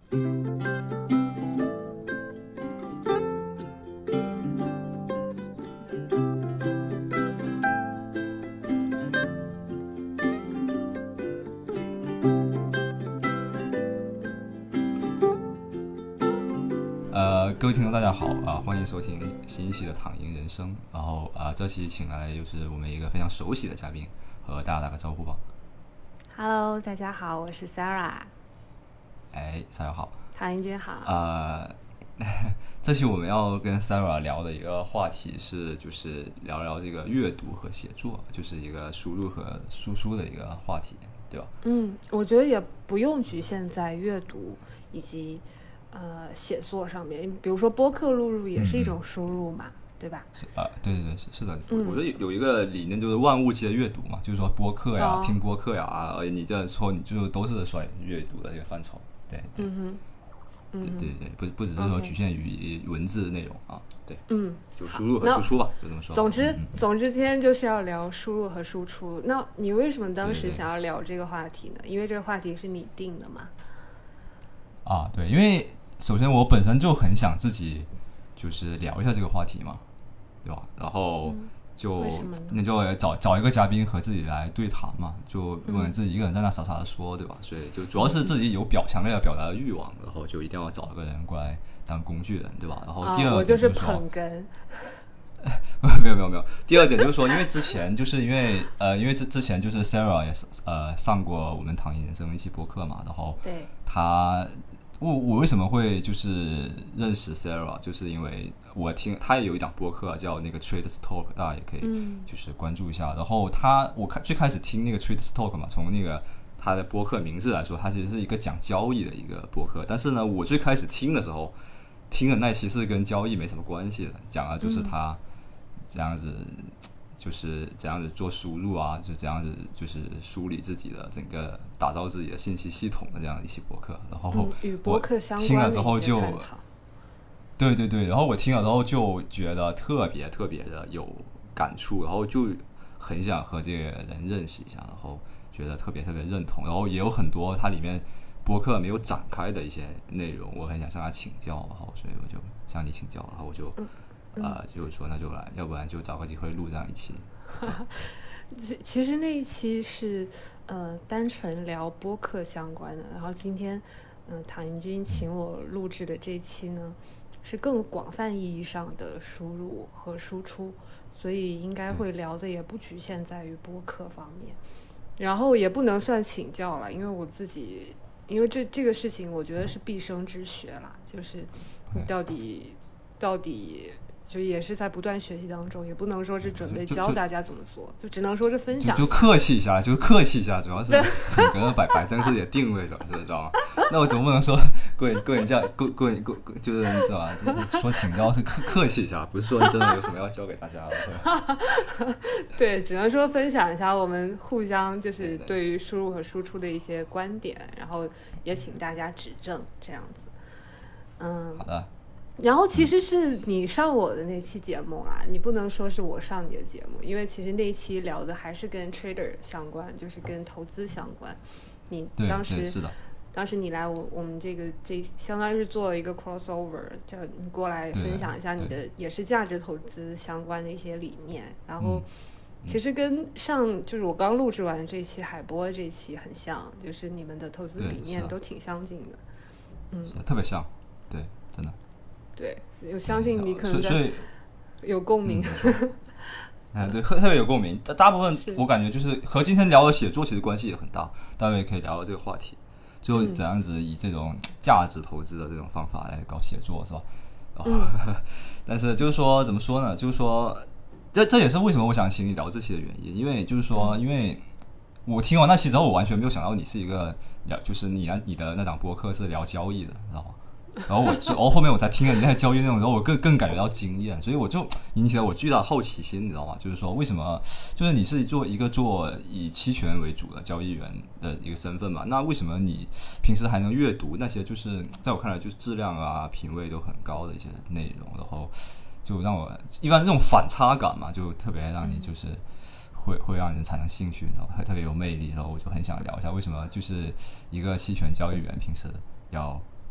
各位听众大家好欢迎收听新一期的躺赢人生。然后这期请来又是我们一个非常熟悉的嘉宾，和大家打个招呼吧。 Hello， 大家好，我是 Sarah。 Sarah 好。 躺赢君好。 这期我们要跟 Sarah 聊的一个话题是，就是聊聊这个阅读和写作，就是一个输入和输出的一个话题，对吧？ 我觉得也不用局限在阅读以及写作上面，比如说播客录入也是一种输入嘛，对吧？ 对，是的。我觉得有一个理念就是万物皆阅读嘛，就是说播客呀、听播客呀，你这说你就都是算阅读的这个范畴，对。对，不只是说局限于文字内容啊，对，就输入和输出吧，就这么说。 总之今天就是要聊输入和输出。那你为什么当时想要聊这个话题呢？因为这个话题是你定的嘛？ 对，因为首先我本身就很想自己就是聊一下这个话题嘛，对吧？然后那就找一个嘉宾和自己来对谈嘛，就不能自己一个人在那傻傻的说，对吧？所以就主要是自己有强烈的表达的欲望，然后就一定要找一个人过来当工具人，对吧？然后第二点我就是捧哏。 没有。第二点就是说，因为之前就是因为之前就是 Sarah 也上过我们躺赢人生一期播客嘛，然后对我为什么会就是认识 Sarah， 就是因为我听他也有一档播客叫那个 Traders Talk， 大家也可以就是关注一下。然后我最开始听那个 Traders Talk 嘛，从那个他的播客名字来说，它其实是一个讲交易的一个播客。但是呢，我最开始听的时候，听的那期是跟交易没什么关系的，讲的就是他这样子。就是这样子做输入啊，就这样子就是梳理自己的整个打造自己的信息系统的这样一期播客，然后与播客相关听了之后就探讨。 对，然后我听了之后就觉得特别的有感触，然后就很想和这个人认识一下，然后觉得特别认同，然后也有很多他里面播客没有展开的一些内容，我很想向他请教，然后所以我就向你请教，然后我就就是说那就来，要不然就找个机会录这样一期。 其实那一期是单纯聊播客相关的，然后今天躺赢君请我录制的这一期呢，是更广泛意义上的输入和输出，所以应该会聊的也不局限在于播客方面，然后也不能算请教了，因为我自己因为这个事情我觉得是毕生之学啦，就是你到底就也是在不断学习当中，也不能说是准备教大家怎么做，就只能说是分享， 就客气一下，主要是你跟摆正自己的定位，知道吗？那我总不能说个人这样，就是你知道吧？就是说请教是客气一下，不是说你真的有什么要教给大家的。 对，只能说分享一下我们互相就是对于输入和输出的一些观点，然后也请大家指正这样子。 好的。 然后其实是你上我的那期节目啦，你不能说是我上你的节目，因为其实那期聊的还是跟 trader 相关，就是跟投资相关。你当时你来我们这相当于是做了一个 crossover， 叫你过来分享一下你的也是价值投资相关的一些理念，然后其实跟就是我刚录制完的这期海波这期很像，就是你们的投资理念都挺相近的。 特别像，对，真的。 对，我相信你可能在有共鸣。 对，特别有共鸣。大部分我感觉就是和今天聊的写作其实关系也很大，大家也可以聊到这个话题，就怎样子以这种价值投资的这种方法来搞写作，是吧？但是就是说怎么说呢？就是说这也是为什么我想请你聊这期的原因，因为就是说，因为我听完那期之后，我完全没有想到你是一个就是你的那档播客是聊交易的，知道吗？然后后面我才听了你那些交易内容，然后我更感觉到惊艳，所以我就引起了我巨大的好奇心，你知道吗？就是说为什么，就是你是做以期权为主的交易员的一个身份嘛？那为什么你平时还能阅读那些就是在我看来就是质量啊、品味都很高的一些内容，然后就让我一般这种反差感嘛，就特别让你就是会让人产生兴趣，然后特别有魅力，然后我就很想聊一下为什么就是一个期权交易员平时要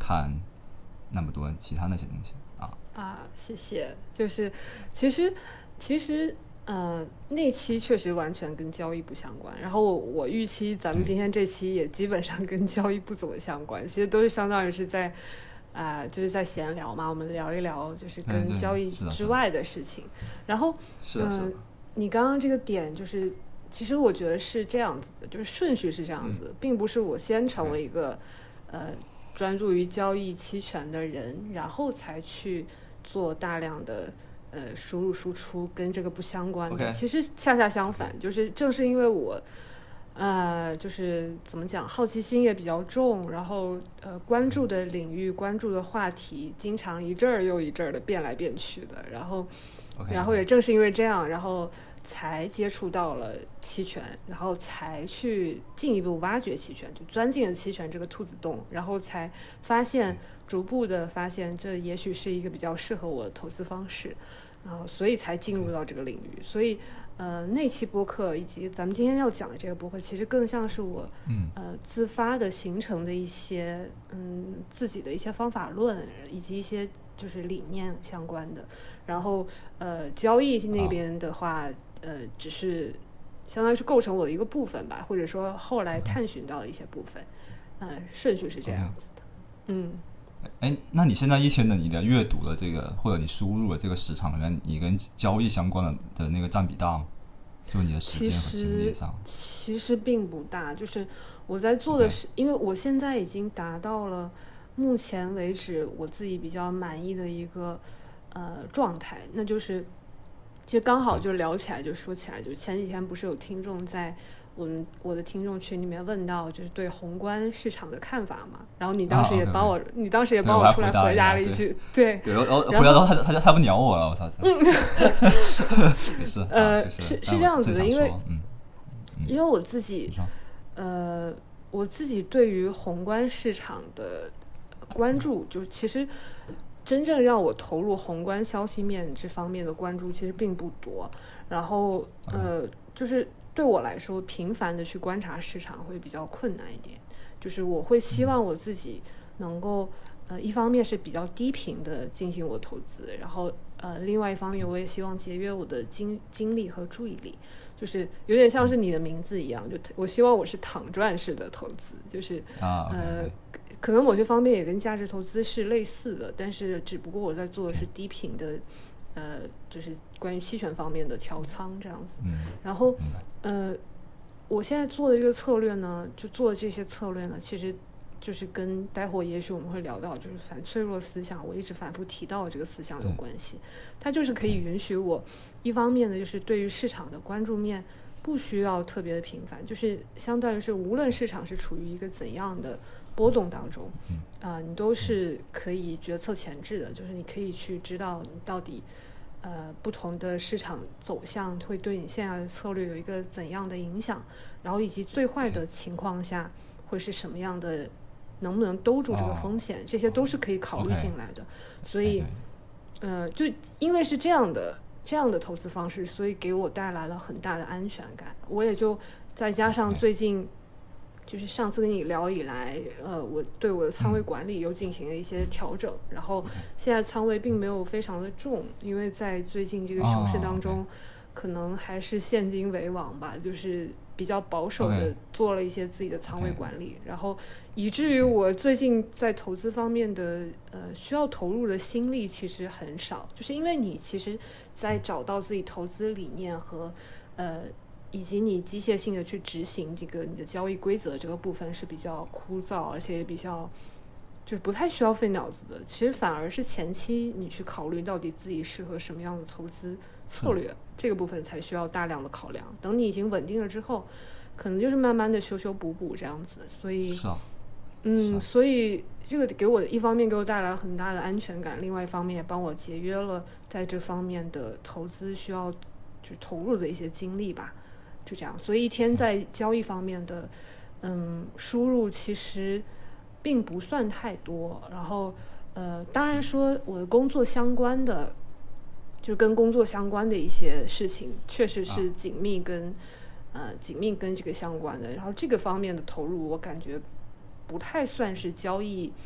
看那么多其他那些东西谢谢。就是其实那期确实完全跟交易不相关，然后我预期咱们今天这期也基本上跟交易不怎么相关，其实都是相当于是在就是在闲聊嘛，我们聊一聊就是跟交易之外的事情。然后你刚刚这个点就是其实我觉得是这样子的，就是顺序是这样子，并不是我先成为一个专注于交易期权的人，然后才去做大量的输入输出跟这个不相关的。其实恰恰相反，就是正是因为我就是怎么讲，好奇心也比较重，然后关注的领域、关注的话题，经常一阵儿又一阵儿的变来变去的，然后也正是因为这样，然后才接触到了期权，然后才去进一步挖掘期权，就钻进了期权这个兔子洞，然后才逐步的发现这也许是一个比较适合我的投资方式，然后所以才进入到这个领域。所以那期播客以及咱们今天要讲的这个播客，其实更像是我自发的形成的一些自己的一些方法论，以及一些就是理念相关的。然后交易那边的话只是相当于是构成我的一个部分吧，或者说后来探寻到的一些部分。顺序是这样子的。 那你现在你的阅读的这个或者你输入的这个市场里面，你跟交易相关的那个占比大吗？就你的时间和精力上？ 其实并不大，就是我在做的是因为我现在已经达到了目前为止我自己比较满意的一个状态，那就是其实刚好就聊起来，就说起来，就前几天不是有听众在我的听众群里面问到，就是对宏观市场的看法嘛。然后你当时也帮我，你当时也帮我出来回答了一句，对， 然后回答到他不鸟我了，我操！没事， 是这样子的，因为我自己我自己对于宏观市场的关注，就其实真正让我投入宏观消息面这方面的关注其实并不多。然后就是对我来说，频繁的去观察市场会比较困难一点。就是我会希望我自己能够一方面是比较低频的进行我投资，然后另外一方面我也希望节约我的精力和注意力，就是有点像是你的名字一样，就我希望我是躺赚式的投资，就是可能某些方面也跟价值投资是类似的，但是只不过我在做的是低频的就是关于期权方面的调仓这样子。然后我现在做的这个策略呢，就做的这些策略呢，其实就是跟待会也许我们会聊到就是反脆弱思想，我一直反复提到的这个思想有关系。它就是可以允许我一方面呢，就是对于市场的关注面不需要特别的频繁，就是相当于是无论市场是处于一个怎样的波动当中你都是可以决策前置的，就是你可以去知道你到底不同的市场走向会对你现在的策略有一个怎样的影响，然后以及最坏的情况下会是什么样的，能不能兜住这个风险，这些都是可以考虑进来的。所以就因为是这样的投资方式，所以给我带来了很大的安全感。我也就再加上最近就是上次跟你聊以来我对我的仓位管理又进行了一些调整，然后现在仓位并没有非常的重，因为在最近这个熊市当中可能还是现金为王吧，就是比较保守的做了一些自己的仓位管理，然后以至于我最近在投资方面的需要投入的心力其实很少，就是因为你其实在找到自己投资理念和以及你机械性的去执行这个你的交易规则这个部分是比较枯燥，而且也比较就是不太需要费脑子的。其实反而是前期你去考虑到底自己适合什么样的投资策略，这个部分才需要大量的考量。等你已经稳定了之后，可能就是慢慢的修修补补这样子。所以所以这个给我一方面给我带来很大的安全感，另外一方面也帮我节约了在这方面的投资需要就投入的一些精力吧。就这样，所以一天在交易方面的输入其实并不算太多。然后当然说我的工作相关的，就跟工作相关的一些事情确实是紧密跟这个相关的，然后这个方面的投入我感觉不太算是交易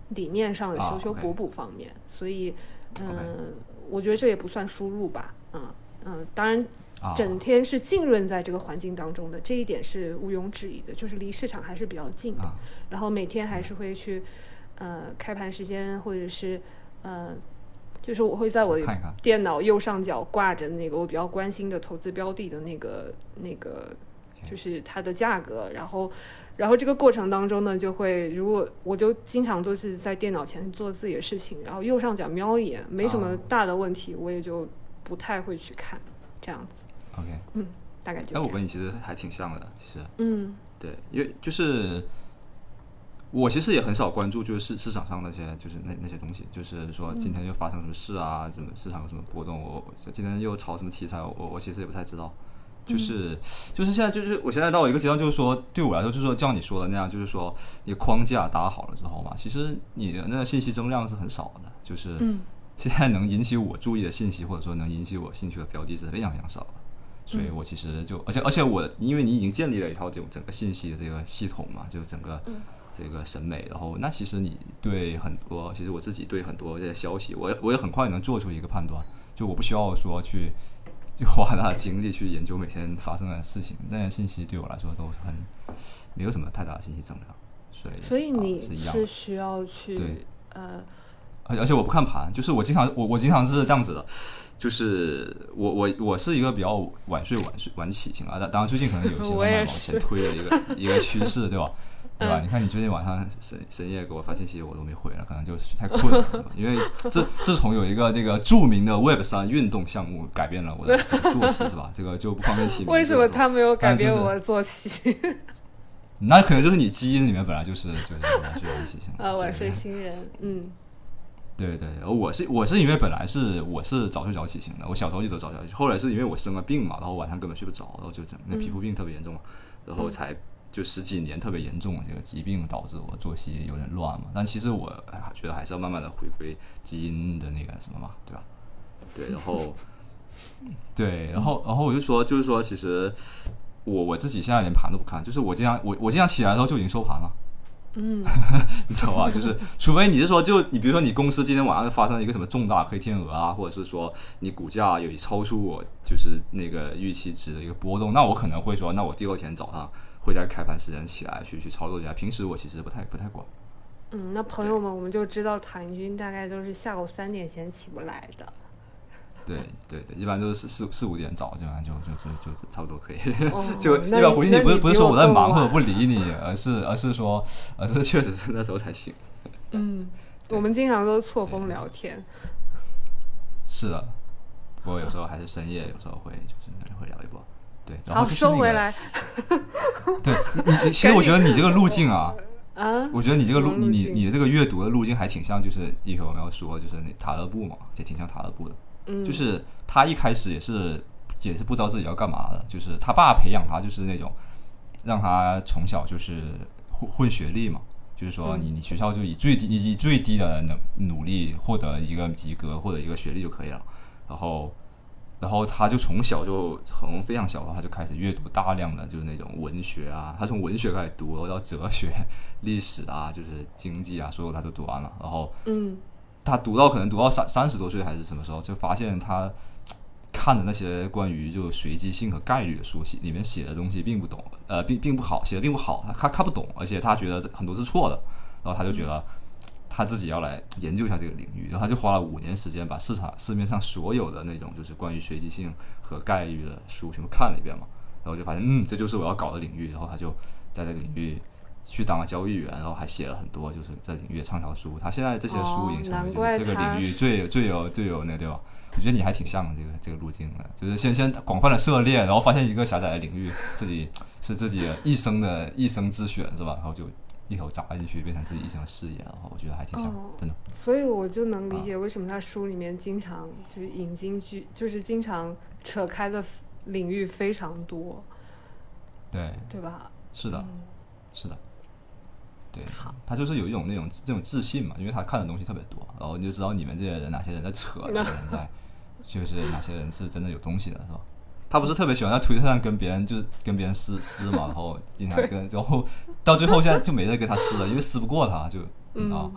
理念上的修修补补方面，所以我觉得这也不算输入吧，当然整天是浸润在这个环境当中的，这一点是毋庸置疑的，就是离市场还是比较近的，然后每天还是会去开盘时间，或者是就是我会在我的电脑右上角挂着那个我比较关心的投资标的的那个就是它的价格，然后这个过程当中呢，就会如果我就经常都是在电脑前做自己的事情，然后右上角瞄一眼，没什么大的问题，我也就不太会去看这样子。 OK， 大概就这样。 我跟你其实还挺像的，其实，对，因为就是我其实也很少关注就是市场上那些就是那些东西，就是说今天又发生什么事啊，什么市场有什么波动，我今天又炒什么题材，我其实也不太知道。就是现在就是我现在到一个阶段，就是说对我来说，就是说像你说的那样，就是说你框架打好了之后嘛，其实你的那个信息增量是很少的，就是现在能引起我注意的信息，或者说能引起我兴趣的标的是非常非常少的。所以我其实就而且我因为你已经建立了一套这种整个信息的这个系统嘛，就整个这个审美，然后那其实你对很多，其实我自己对很多这些消息，我也很快能做出一个判断，就我不需要说去就花很大的精力去研究每天发生的事情，那些信息对我来说都很没有什么太大的信息增量， 所以你是需要去对而且我不看盘，就是我经常是这样子的，就是我是一个比较晚睡晚起型啊，当然最近可能有些慢慢往前推的一个趋势，对吧？对吧？你看你最近晚上深夜给我发信息，我都没回了，可能就是太困了，对吧？因为自从有一个这个著名的 Web3 运动项目改变了我的作息，是吧？这个就不方便提名。 为什么他没有改变我的作息？ 那可能就是你基因里面本来就是晚睡晚起型晚睡新人， 对，我是因为本来我是早睡早起型的，我小时候就都早睡早起，后来是因为我生了病嘛，然后晚上根本睡不着，然后就整个皮肤病特别严重，然后才就10几年特别严重的这个疾病导致我作息有点乱嘛。但其实我觉得还是要慢慢的回归基因的那个什么嘛，对吧？对，然后对，然后我就说，就是说，其实我自己现在连盘都不看，就是我经常起来的时候就已经收盘了。你知道吧？就是除非你是说，就你比如说你公司今天晚上发生了一个什么重大黑天鹅啊，或者是说你股价有超出我就是那个预期值的一个波动，那我可能会说，那我第二天早上会在开盘时间起来去操作一下。平时我其实不太管。 那朋友们，我们就知道唐军大概都是下午3点前起不来的。 对，一般都是4、5点早，基本上就差不多可以。就一般回信不是说我在忙或者不理你，而是说确实是那时候才行。 我们经常都错峰聊天。 是的，不过有时候还是深夜，有时候会聊一波。对，然后好收回来。 对，其实我觉得你这个路径啊，我觉得你这个你的这个阅读的路径还挺像，就是一会儿我们要说，就是那塔勒布嘛，也挺像塔勒布的。就是他一开始也是不知道自己要干嘛的，就是他爸培养他，就是那种让他从小就是混学历嘛，就是说你学校就以最低的努力获得一个及格或者一个学历就可以了，然后他就从非常小的他就开始阅读大量的就是那种文学啊，他从文学开始读，然后到哲学、历史啊，就是经济啊，所有他都读完了，然后他可能读到30多岁还是什么时候，就发现他看的那些关于就随机性和概率的书里面写的东西并不懂，并不好，写的并不好，他看不懂，而且他觉得很多是错的，然后他就觉得他自己要来研究一下这个领域，然后他就花了5年时间把市面上所有的那种就是关于随机性和概率的书全部看了一遍嘛，然后就发现这就是我要搞的领域，然后他就在这个领域去当了交易员，然后还写了很多就是在领域的畅销书。他现在这些书已经成为就是这个领域最有那个，对吧？我觉得你还挺像这个路径的，就是先广泛的涉猎，然后发现一个狭窄的领域，自己一生之选，是吧？然后就一头扎进去，变成自己一生的事业，然后我觉得还挺像，真的。 所以我就能理解为什么他书里面经常就是引经据，就是经常扯开的领域非常多，对吧？ 是的，是的。对，他就是有一种这种自信嘛，因为他看的东西特别多，然后你就知道你们这些人哪些人在扯，哪些人在就是哪些人是真的有东西的，是吧？他不是特别喜欢在推特上跟别人撕嘛，然后经常然后到最后现在就没人跟他撕了，因为撕不过他，就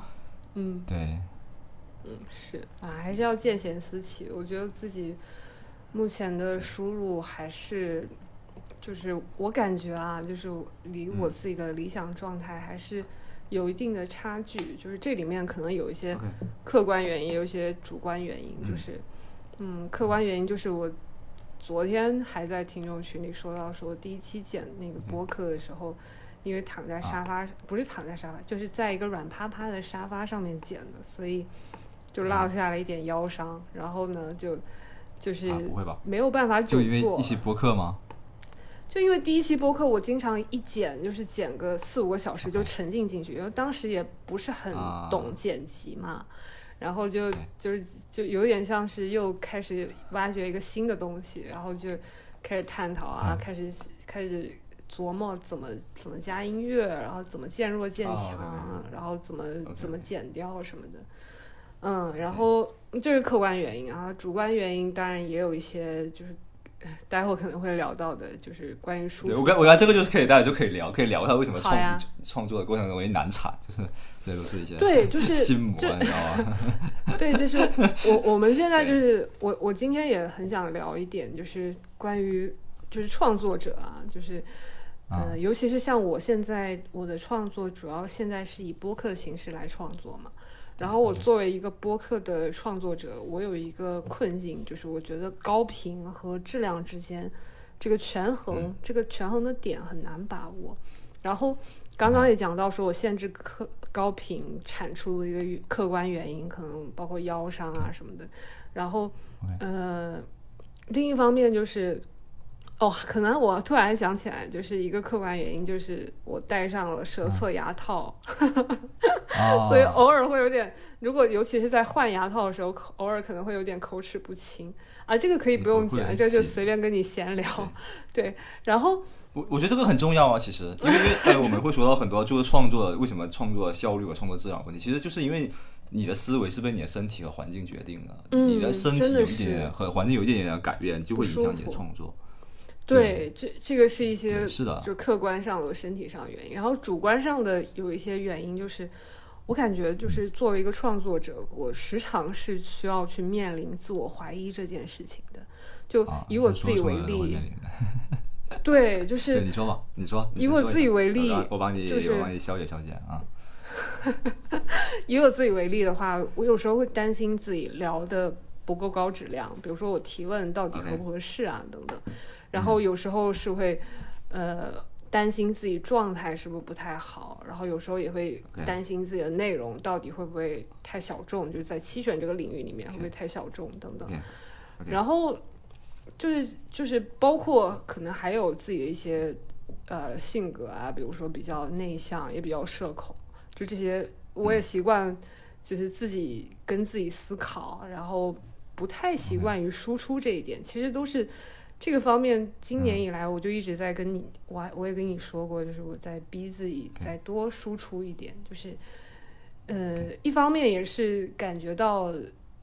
对， 是啊，还是要见贤思齐。我觉得自己目前的输入还是，就是我感觉啊，就是离我自己的理想状态还是有一定的差距。就是这里面可能有一些客观原因，也有一些主观原因。就是客观原因就是我昨天还在听众群里说到，说第一期剪那个播客的时候，因为躺在沙发，不是躺在沙发，就是在一个软趴趴的沙发上面剪的，所以就落下了一点腰伤。然后呢，就是不会吧？ 没有办法久坐。 就因为一期播客吗？ 就因为第一期播客，我经常一剪就是剪个4-5个小时就沉浸进去，因为当时也不是很懂剪辑嘛。然后就有点像是又开始挖掘一个新的东西，然后就开始探讨啊，开始琢磨怎么加音乐，然后怎么渐弱渐强，然后怎么剪掉什么的。然后这是客观原因啊，主观原因当然也有一些，就是待会可能会聊到的，就是关于输出。 对，我觉得这个就是大家就可以聊一下为什么创作的过程中会难产，就是这都是一些对，就是心魔，你知道吗？ 对，就是我们现在就是我今天也很想聊一点，就是关于就是创作者啊，就是尤其是像我现在我的创作主要现在是以播客形式来创作嘛。然后我作为一个播客的创作者，我有一个困境，就是我觉得高频和质量之间这个权衡，这个权衡的点很难把握。然后刚刚也讲到说，我限制高频产出的一个客观原因，可能包括腰伤啊什么的。然后另一方面就是可能我突然想起来，就是一个客观原因，就是我戴上了舌侧牙套，所以偶尔会有点，如果尤其是在换牙套的时候，偶尔可能会有点口齿不清啊。这个可以不用剪，这就随便跟你闲聊。对，然后我觉得这个很重要啊，其实因为我们会说到很多就是创作为什么创作效率和创作质量问题，其实就是因为你的思维是被你的身体和环境决定的，你的身体有一点和环境有一点点的改变，就会影响你的创作。 对，这个是一些是的， 就客观上的身体上的原因，然后主观上的有一些原因，就是我感觉就是作为一个创作者，我时常是需要去面临自我怀疑这件事情的。就以我自己为例，对，就是对你说吧，你说以我自己为例， 我帮你消解啊。 以我自己为例的话，我有时候会担心自己聊的不够高质量，比如说我提问到底合不合适啊等等。然后有时候是会担心自己状态是不是不太好，然后有时候也会担心自己的内容到底会不会太小众，就是在期权这个领域里面会不会太小众等等。然后就是包括可能还有自己的一些性格啊，比如说比较内向，也比较社恐，就这些我也习惯就是自己跟自己思考，然后不太习惯于输出这一点，其实都是这个方面。今年以来我就一直在跟你我也跟你说过，就是我在逼自己再多输出一点，就是一方面也是感觉到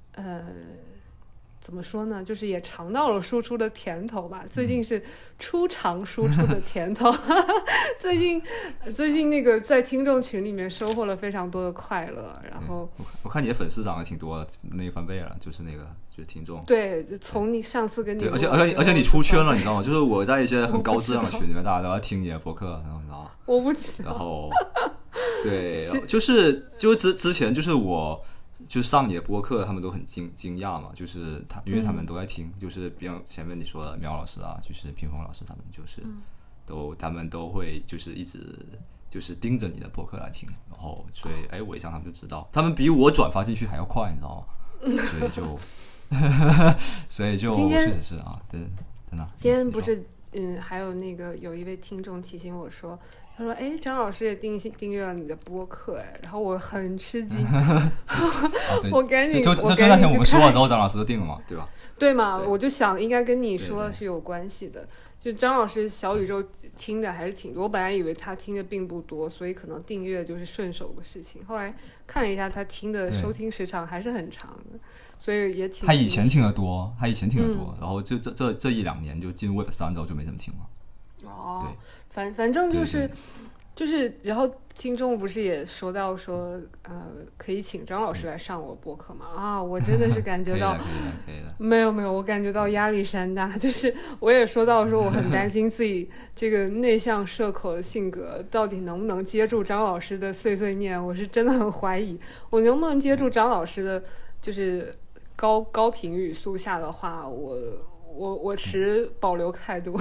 怎么说呢，就是也尝到了输出的甜头吧，最近是初尝输出的甜头最近那个在听众群里面收获了非常多的快乐。然后我看你的粉丝涨得挺多的，那个翻倍了，就是那个就是听众。 对，就从你上次跟你， 对，而且你出圈了，你知道吗？就是我在一些很高质量的群里面，大家都在听你的播客，然后你知道吗？ 我不知道。 然后对，就是之前就是我就上你的播客，他们都很惊讶嘛，就是因为他们都在听，就是比如前面你说的苗老师啊，就是屏风老师他们就是他们都会就是一直就是盯着你的播客来听，然后所以我一上他们就知道，他们比我转发进去还要快，你知道吗？所以就确实是啊，对，真的。 今天不是还有那个有一位听众提醒我说，他说张老师也订阅了你的播客然后我很吃惊我赶紧就那天我们说完之后张老师就订了嘛，对吧？ 对嘛，我就想应该跟你说是有关系的。就张老师小宇宙听的还是挺多，我本来以为他听的并不多，所以可能订阅就是顺手的事情，后来看了一下他听的收听时长还是很长的，所以也挺。 他以前听得多，然后就这1-2年就进入 Web3 之后就没怎么听了。 对，反正就是就是然后听众不是也说到说可以请张老师来上我播客吗？啊，我真的是感觉到可以的没有，我感觉到压力山大。就是我也说到说我很担心自己这个内向社恐的性格到底能不能接住张老师的碎碎念，我是真的很怀疑我能不能接住张老师的就是高频语速下的话，我持保留态度。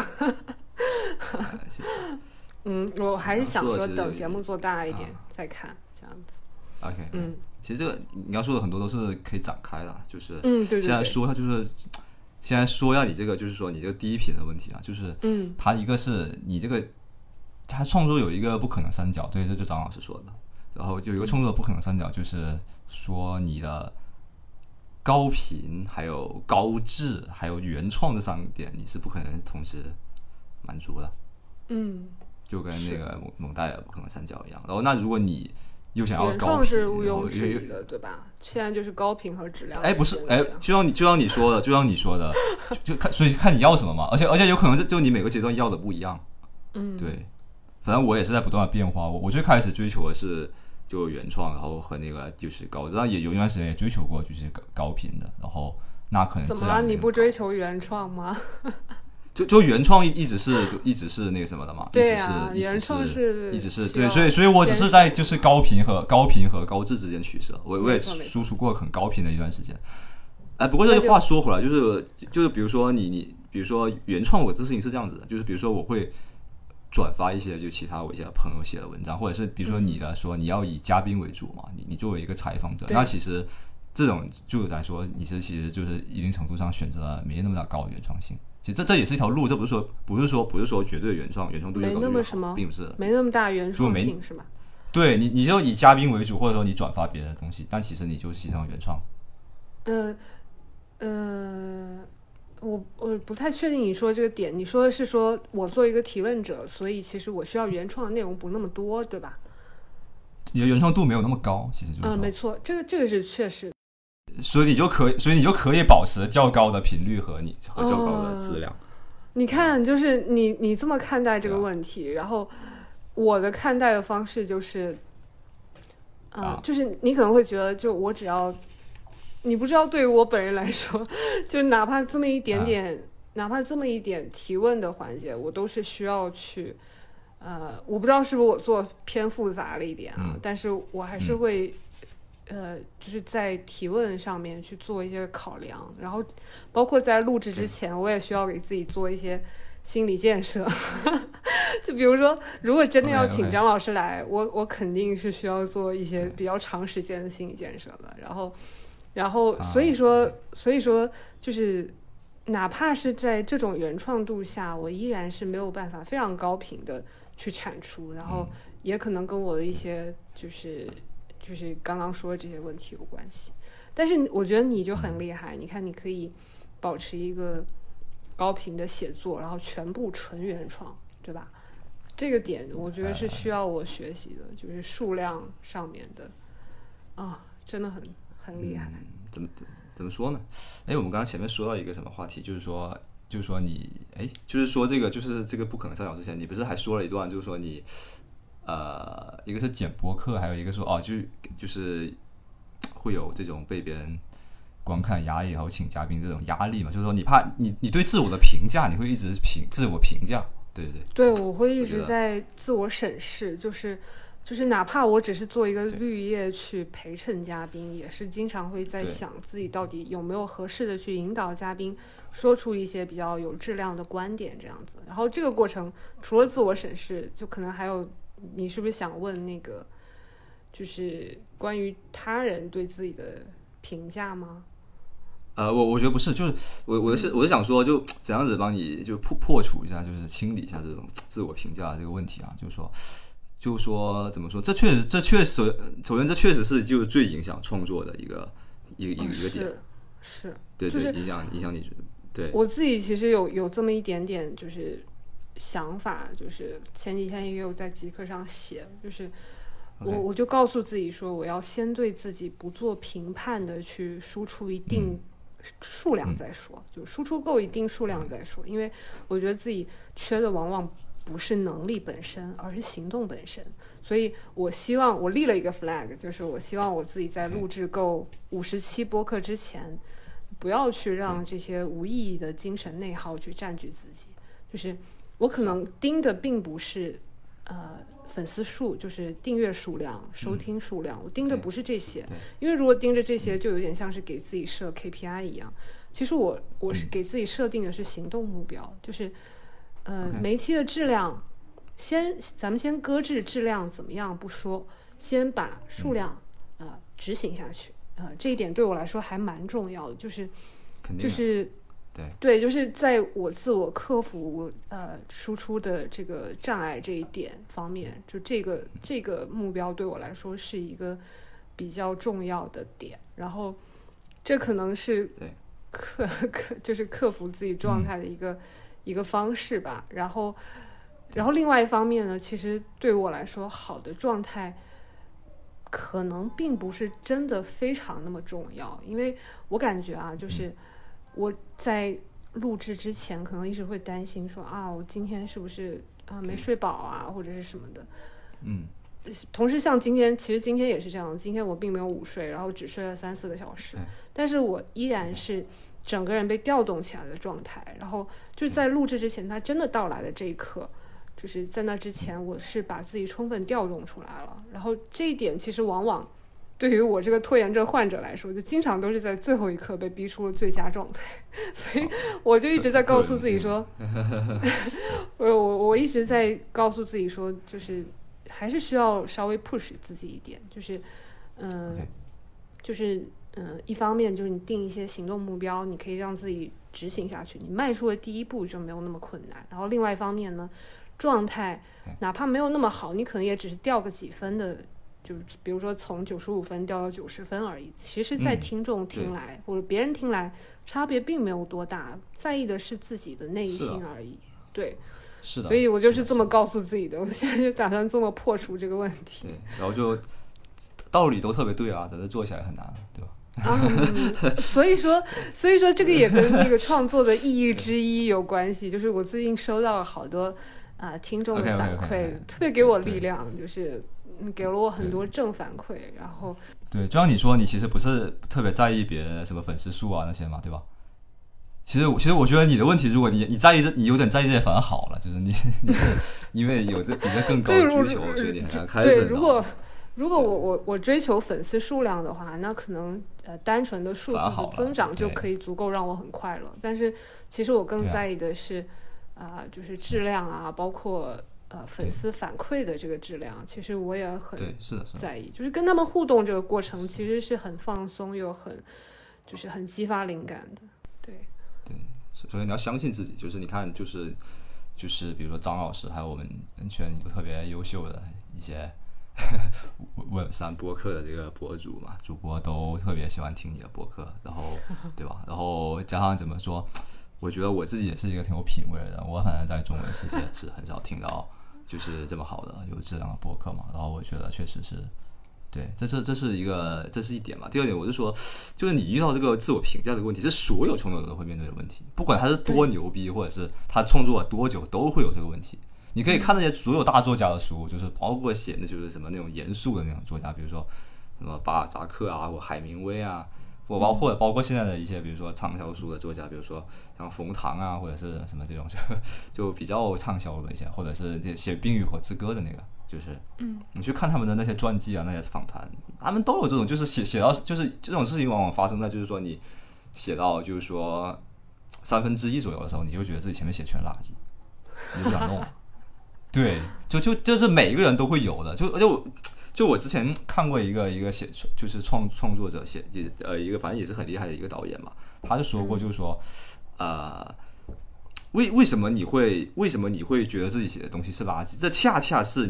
我还是想说等节目做大一点再看这样子。 OK， 其实这个你要说的很多都是可以展开的，就是对现在说它就是现在说一下你这个就是说你这个低频的问题啊，就是它一个是你这个它创作有一个不可能三角，对，这就张老师说的，然后就有一个创作的不可能三角，就是说你的高频还有高质还有原创这三点你是不可能同时满足的。就跟那个蒙代尔不可能三角一样。然后那如果你又想要高频， 原创是毋庸置疑的，对吧？现在就是高频和质量。 不是，就像你说的，就看，所以看你要什么嘛。而且有可能就你每个阶段要的不一样。对，反正我也是在不断的变化。我最开始追求的是就原创，然后和那个就是高质，然后也有一段时间也追求过就是高频的，然后那可能怎么了？你不追求原创吗？ 就原创一直是那个什么的嘛， 对啊，原创是一直是对，所以我只是在就是高频和高质之间取舍，我也输出过很高频的一段时间。不过这句话说回来，就是比如说你比如说原创，我这事情是这样子的，就是比如说我会转发一些就其他我一些朋友写的文章，或者是比如说你的说你要以嘉宾为主嘛，你作为一个采访者，那其实这种就来说，你其实就是一定程度上选择了没那么大高的原创性。其实这也是一条路，这不是说绝对原创度没那么什么，并不是没那么大原创性是吗？ 对，你就以嘉宾为主，或者说你转发别的东西，但其实你就是牺牲了原创。 我不太确定你说这个点，你说的是说我作为一个提问者，所以其实我需要原创的内容不那么多，对吧？ 你的原创度没有那么高，其实就是说没错，这个是确实。 所以你就可以保持较高的频率和较高的质量。 你看，就是你这么看待这个问题，然后我的看待的方式就是，就是你可能会觉得，就我只要，你不知道对于我本人来说，就哪怕这么一点点，哪怕这么一点提问的环节，我都是需要去，我不知道是不是我做偏复杂了一点啊，但是我还是会。就是在提问上面去做一些考量，然后包括在录制之前，我也需要给自己做一些心理建设。就比如说，如果真的要请张老师来，我肯定是需要做一些比较长时间的心理建设的。然后，所以说，就是哪怕是在这种原创度下，我依然是没有办法非常高频的去产出，然后也可能跟我的一些就是刚刚说的这些问题有关系，但是我觉得你就很厉害，你看你可以保持一个高频的写作，然后全部纯原创，对吧？这个点我觉得是需要我学习的，就是数量上面的真的很厉害。 怎么说呢？我们刚刚前面说到一个什么话题，就是说你就是说这个不可能三角之前，你不是还说了一段，就是说你。一个是剪播客，还有一个说就是会有这种被别人观看压力，然后请嘉宾这种压力嘛，就是说你怕你对自我的评价，你会一直自我评价，对， 我会一直在自我审视，就是哪怕我只是做一个绿叶去陪衬嘉宾，也是经常会在想自己到底有没有合适的去引导嘉宾说出一些比较有质量的观点这样子。然后这个过程除了自我审视，就可能还有。你是不是想问那个，就是关于他人对自己的评价吗？ 我觉得不是，就是我是想说，就怎样子帮你就破除一下，就是清理一下这种自我评价这个问题啊，就是说怎么说，这确实，首先这确实是就是最影响创作的一个点， 是， 对， 就是影响你，对， 我自己其实有这么一点点就是想法，就是前几天也有在极客上写，就是我就告诉自己说，我要先对自己不做评判的去输出一定数量再说，就输出够一定数量再说，因为我觉得自己缺的往往不是能力本身，而是行动本身。所以我希望我立了一个 flag， 就是我希望我自己在录制够50期播客之前，不要去让这些无意义的精神内耗去占据自己。就是我可能盯的并不是粉丝数，就是订阅数量、收听数量，我盯的不是这些，因为如果盯着这些，就有点像是给自己设 KPI 一样。其实我是给自己设定的是行动目标，就是每一期的质量，咱们先搁置质量怎么样不说，先把数量执行下去，这一点对我来说还蛮重要的，就是对，就是在我自我克服输出的这个障碍这一点方面，就这个目标对我来说是一个比较重要的点。然后这可能是就是克服自己状态的一个方式吧。然后另外一方面呢，其实对我来说，好的状态可能并不是真的非常那么重要，因为我感觉就是我在录制之前可能一直会担心说我今天是不是没睡饱或者是什么的。同时像其实今天也是这样，今天我并没有午睡，然后只睡了3-4个小时，但是我依然是整个人被调动起来的状态。然后就是在录制之前，它真的到来的这一刻，就是在那之前我是把自己充分调动出来了。然后这一点其实往往对于我这个拖延症患者来说，就经常都是在最后一刻被逼出了最佳状态。所以我就一直在告诉自己说我一直在告诉自己说，就是还是需要稍微 push 自己一点，就是一方面就是你定一些行动目标，你可以让自己执行下去，你迈出的第一步就没有那么困难。然后另外一方面呢，状态哪怕没有那么好，你可能也只是掉个几分的，就比如说从95分掉到90分而已。其实在听众听来或者别人听来差别并没有多大，在意的是自己的内心而已。对， 是的， 所以我就是这么告诉自己的。我现在就打算这么破除这个问题。 对，然后就道理都特别对但是做起来很难，对吧？ 所以说这个也跟那个创作的意义之一有关系。就是我最近收到了好多听众的反馈，特别给我力量，就是给了我很多正反馈。然后对，就像你说，你其实不是特别在意别人什么粉丝数那些嘛，对吧？其实我觉得你的问题，如果你在意你有点在意这些，反而好了，就是你是因为有比这更高的追求，所以你还开始。 对，如果我追求粉丝数量的话，那可能单纯的数字的增长就可以足够让我很快乐。但是其实我更在意的是就是质量包括粉丝反馈的这个质量，其实我也很在意。就是跟他们互动这个过程其实是很放松又很激发灵感的。 对，所以你要相信自己。就是你看，就是比如说张老师，还有我们人圈都特别优秀的一些Web3播客的这个博主嘛，主播都特别喜欢听你的播客，然后对吧？然后加上怎么说，我觉得我自己也是一个挺有品味的人，我反正在中文世界是很少听到就是这么好的有质量的播客嘛，然后我觉得确实是。对，这是一点嘛。第二点，我就说，就是你遇到这个自我评价的问题，是所有创作者都会面对的问题，不管他是多牛逼，或者是他创作了多久，都会有这个问题。你可以看那些所有大作家的书，就是包括写的就是什么那种严肃的那种作家，比如说什么巴尔扎克或海明威或包括现在的一些，比如说畅销书的作家，比如说像冯唐或者是什么这种就比较畅销的一些，或者是写《冰与火之歌》的那个。就是你去看他们的那些传记那些访谈，他们都有这种，就是写到，就是这种事情往往发生在就是说你写到就是说1/3左右的时候，你就觉得自己前面写全垃圾，你就不想弄了。对，就是每一个人都会有的。就我之前看过一个写就是创作者写一个反正也是很厉害的一个导演嘛，他就说过，就是说为什么你会觉得自己写的东西是垃圾？这恰恰是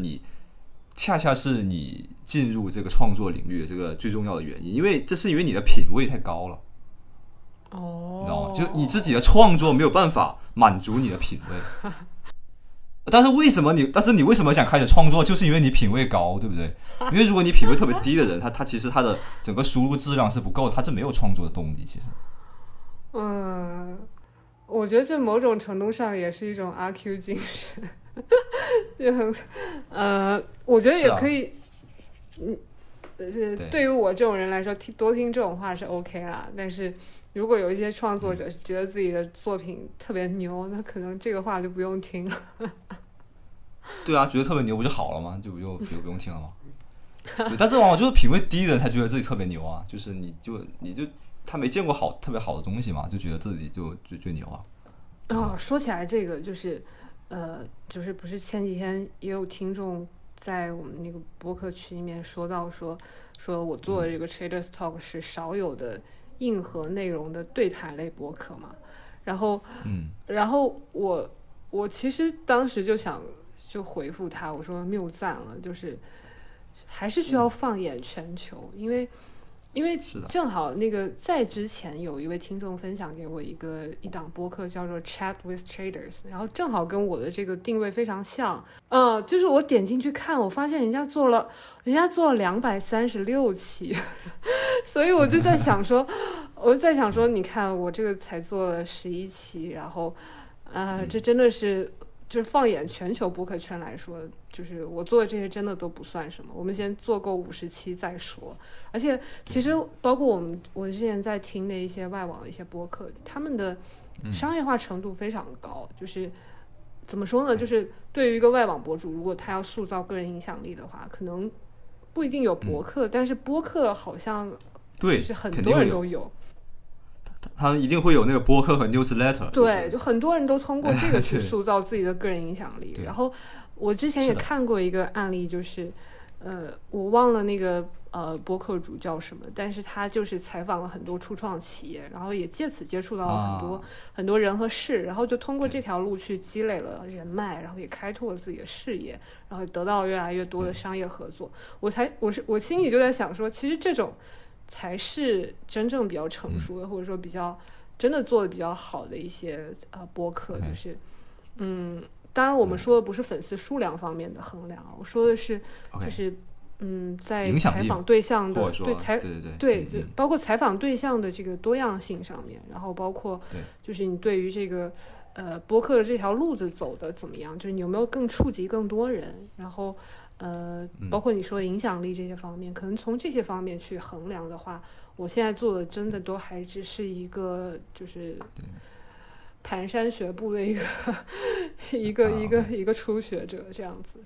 你进入这个创作领域的这个最重要的原因，因为你的品味太高了。你知道吗？就你自己的创作没有办法满足你的品味。但是你为什么想开始创作？就是因为你品味高，对不对？因为如果你品味特别低的人，他其实他的整个输入质量是不够的，他是没有创作的动力。其实， 我觉得这某种程度上也是一种阿 Q 精神，就很我觉得也可以，对于我这种人来说，多听这种话是 OK 啦。但是如果有一些创作者觉得自己的作品特别牛，那可能这个话就不用听了。 对啊，觉得特别牛不就好了吗？就不用听了吗？对，但这往往就是品味低的人才觉得自己特别牛啊，就是你就他没见过特别好的东西嘛，就觉得自己就牛啊。 说起来这个就是就是不是前几天也有听众在我们那个播客区里面说到说我做的这个 Traders Talk 是少有的硬核内容的对谈类播客嘛，然后我其实当时就回复他，我说谬赞了，就是还是需要放眼全球，因为正好那个在之前有一位听众分享给我一档播客叫做 Chat with Traders， 然后正好跟我的这个定位非常像，就是我点进去看，我发现人家做了236期，所以我就在想说，你看我这个才做了11期，然后这真的是。就是放眼全球播客圈来说，就是我做的这些真的都不算什么，我们先做够50期再说。而且其实包括我之前在听的一些外网的一些播客，他们的商业化程度非常高，就是怎么说呢，就是对于一个外网博主，如果他要塑造个人影响力的话，可能不一定有博客，但是播客好像就是很多人都有。 他一定会有那个播客和 newsletter， 对，就很多人都通过这个去塑造自己的个人影响力。然后我之前也看过一个案例，就是我忘了那个播客主叫什么，但是他就是采访了很多初创企业，然后也借此接触到了很多人和事，然后就通过这条路去积累了人脉，然后也开拓了自己的事业，然后得到越来越多的商业合作。我心里就在想说，其实这种才是真正比较成熟的，或者说比较真的做的比较好的一些播客，就是当然我们说的不是粉丝数量方面的衡量，我说的是就是在采访对象的对就包括采访对象的这个多样性上面，然后包括就是你对于这个播客的这条路子走的怎么样，就是你有没有更触及更多人，然后包括你说的影响力这些方面，可能从这些方面去衡量的话，我现在做的真的都还只是一个就是蹒跚学步的一个初学者这样子，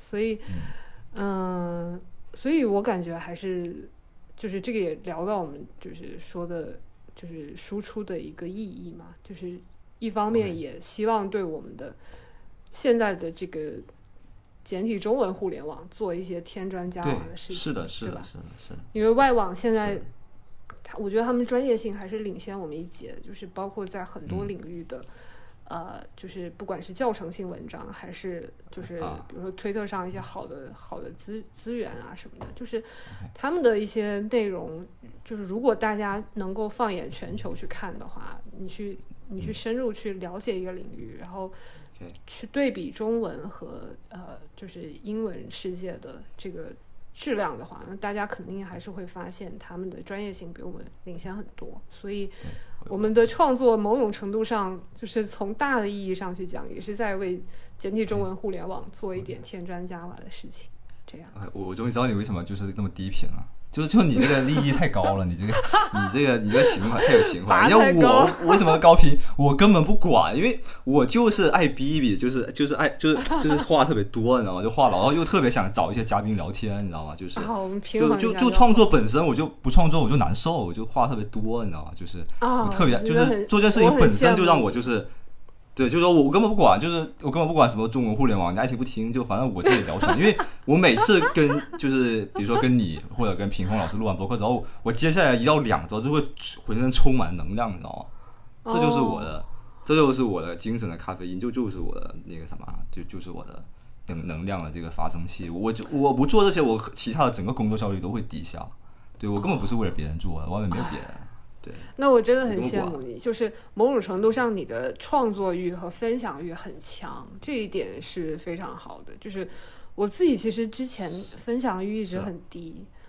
所以我感觉还是就是这个也聊到我们就是说的就是输出的一个意义嘛，就是一方面也希望对我们的现在的这个简体中文互联网做一些添砖加瓦的事情， 是的， 因为外网现在我觉得他们专业性还是领先我们一截，就是包括在很多领域的就是不管是教程性文章，还是就是比如说推特上一些好的资源啊什么的，就是他们的一些内容，就是如果大家能够放眼全球去看的话，你去深入去了解一个领域，然后去对比中文和就是英文世界的这个质量的话，那大家肯定还是会发现他们的专业性比我们领先很多。所以我们的创作某种程度上就是从大的意义上去讲，也是在为简体中文互联网做一点添砖加瓦的事情。这样， 我终于知道你为什么就是那么低频了。就你这个利益太高了，你这个情怀太有情怀。要我为什么高频？我根本不管，因为我就是爱逼逼，就是话特别多，你知道吗？就话痨，然后又特别想找一些嘉宾聊天，你知道吗？就是就创作本身，我就不创作我就难受，我就话特别多，你知道吗？就是我特别就是做这件事情本身就让我就是。对，就是说我根本不管，就是我根本不管什么中文互联网，你爱听不听，就反正我自己聊什么。因为我每次就是比如说跟你或者跟平峰老师录完播客之后，我接下来1到2周就会浑身充满能量，你知道吗？这就是我的精神的咖啡因，就是我的那个什么，就是我的能量的这个发生器。我不做这些，我其他的整个工作效率都会低下。对，我根本不是为了别人做的，外面没有别人。对， 那我真的很羡慕你，就是某种程度上你的创作欲和分享欲很强，这一点是非常好的。就是我自己其实之前分享欲一直很低，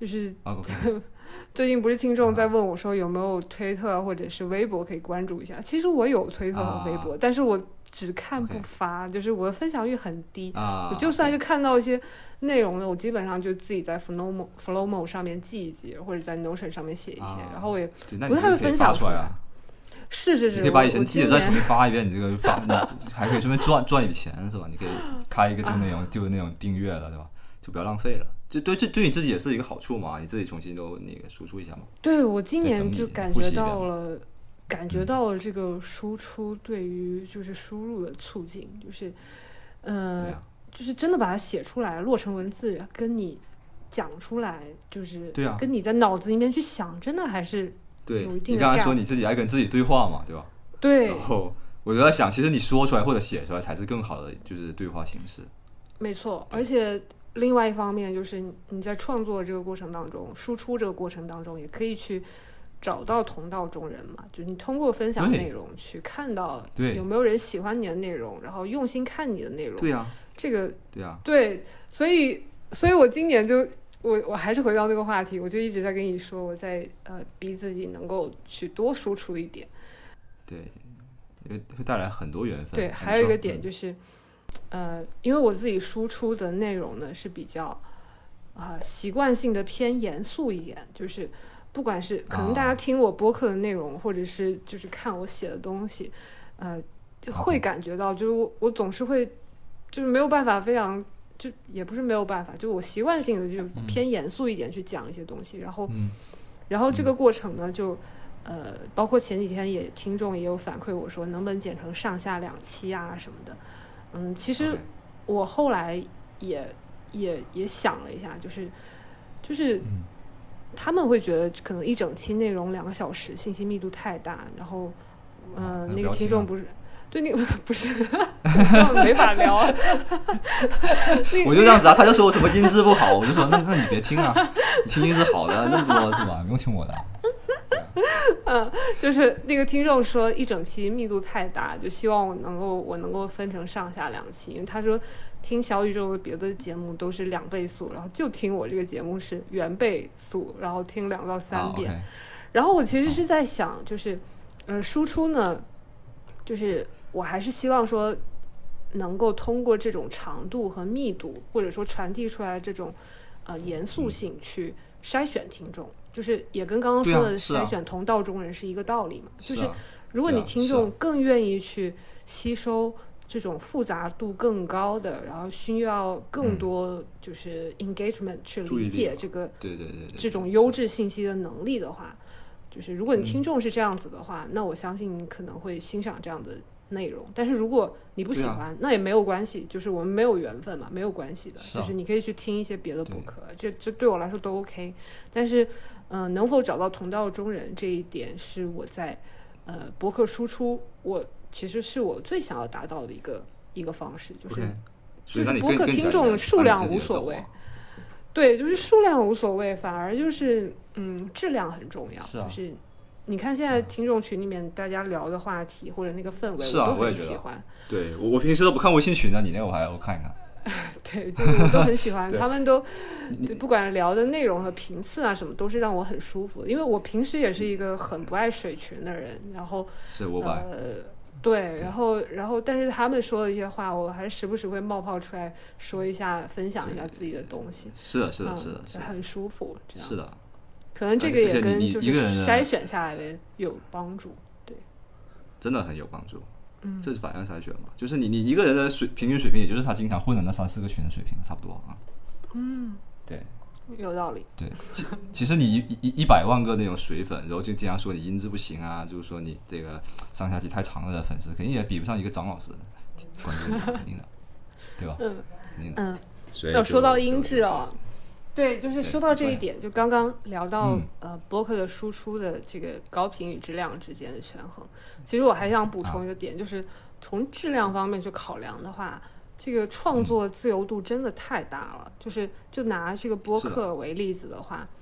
就是 OK 最近不是听众在问我说有没有推特或者是微博可以关注一下，其实我有推特和微博，但是我只看不发，就是我的分享率很低，我就算是看到一些内容的，我基本上就自己在 Flowmo 上面记一记，或者在 Notion 上面写一些，然后我也不太会分享出来。是， 你可以把以前记得再重新发一遍，你这个发你还可以顺便赚一笔钱，是吧？你可以开一个这个内容就是那种订阅了，对吧？就不要浪费了，就对你自己也是一个好处嘛，你自己重新都那个输出一下嘛。 对，我今年就感觉到了这个输出对于就是输入的促进，就是就是真的把它写出来，落成文字，跟你讲出来，就是跟你在脑子里面去想，真的还是有一定的。 你刚才说你自己爱跟自己对话嘛，对吧？ 对。 然后我就在想，其实你说出来或者写出来才是更好的，就是对话形式。 没错，而且另外一方面就是你在创作这个过程当中，输出这个过程当中，也可以去找到同道中人嘛，就你通过分享内容去看到有没有人喜欢你的内容，然后用心看你的内容。 对啊， 这个对啊， 对，所以我今年就我还是回到那个话题，我就一直在跟你说，我在逼自己能够去多输出一点。 对，因为会带来很多缘分。 对，还有一个点就是，因为我自己输出的内容呢是比较习惯性的偏严肃一点，就是不管是可能大家听我播客的内容，或者是就是看我写的东西，就会感觉到就是我总是会就是没有办法非常。就也不是没有办法，就我习惯性的就偏严肃一点去讲一些东西，然后这个过程呢，就包括前几天听众也有反馈我说能不能剪成上下2期啊什么的，其实我后来也想了一下，就是他们会觉得可能一整期内容2个小时信息密度太大，然后那个听众不是。对，那个不是，没法聊。 我就这样子啊，他就说我什么音质不好，我就说那你别听啊，你听音质好的那么多是吧？不用听我的。 就是那个听众说一整期密度太大，就希望我能够分成上下2期，因为他说听小宇宙的别的节目都是2倍速，然后就听我这个节目是原倍速，然后听2到3遍。然后我其实是在想，就是输出呢，就是我还是希望说能够通过这种长度和密度，或者说传递出来这种严肃性去筛选听众，就是也跟刚刚说的筛选同道中人是一个道理嘛。就是如果你听众更愿意去吸收这种复杂度更高的，然后需要更多就是 engagement 去理解这个这种优质信息的能力的话，就是如果你听众是这样子的话，那我相信你可能会欣赏这样的内容。但是如果你不喜欢，那也没有关系，就是我们没有缘分嘛，没有关系的，就是你可以去听一些别的播客，这对我来说都 OK。但是能否找到同道中人这一点是我在播客输出其实是我最想要达到的一个方式，就是播客听众数量无所谓。对，就是数量无所谓，反而就是质量很重要。就是你看现在听众群里面大家聊的话题或者那个氛围，我都很喜欢。 对，我平时都不看微信群的，你那个我看一看。 对，就是我都很喜欢，他们都不管聊的内容和频次啊什么，都是让我很舒服的。因为我平时也是一个很不爱水群的人，然后是我把对，然后，但是他们说的一些话，我还时不时会冒泡出来说一下，分享一下自己的东西。 是的， 很舒服。这样是的， 可能这个也跟就是筛选下来的有帮助。对， 真的很有帮助。这是反向筛选嘛，就是你一个人的平均水平，也就是他经常混的那3-4个群的水平，差不多啊。对。 有道理。 对，其实你100万个那种水粉，然后就经常说你音质不行啊，就是说你这个上下集太长了的粉丝，肯定也比不上一个张老师关注你，肯定的，对吧？ 要说到音质哦，对，就是说到这一点，就刚刚聊到播客的输出的这个高频与质量之间的权衡，其实我还想补充一个点，就是从质量方面去考量的话。这个创作自由度真的太大了，就拿这个播客为例子的话，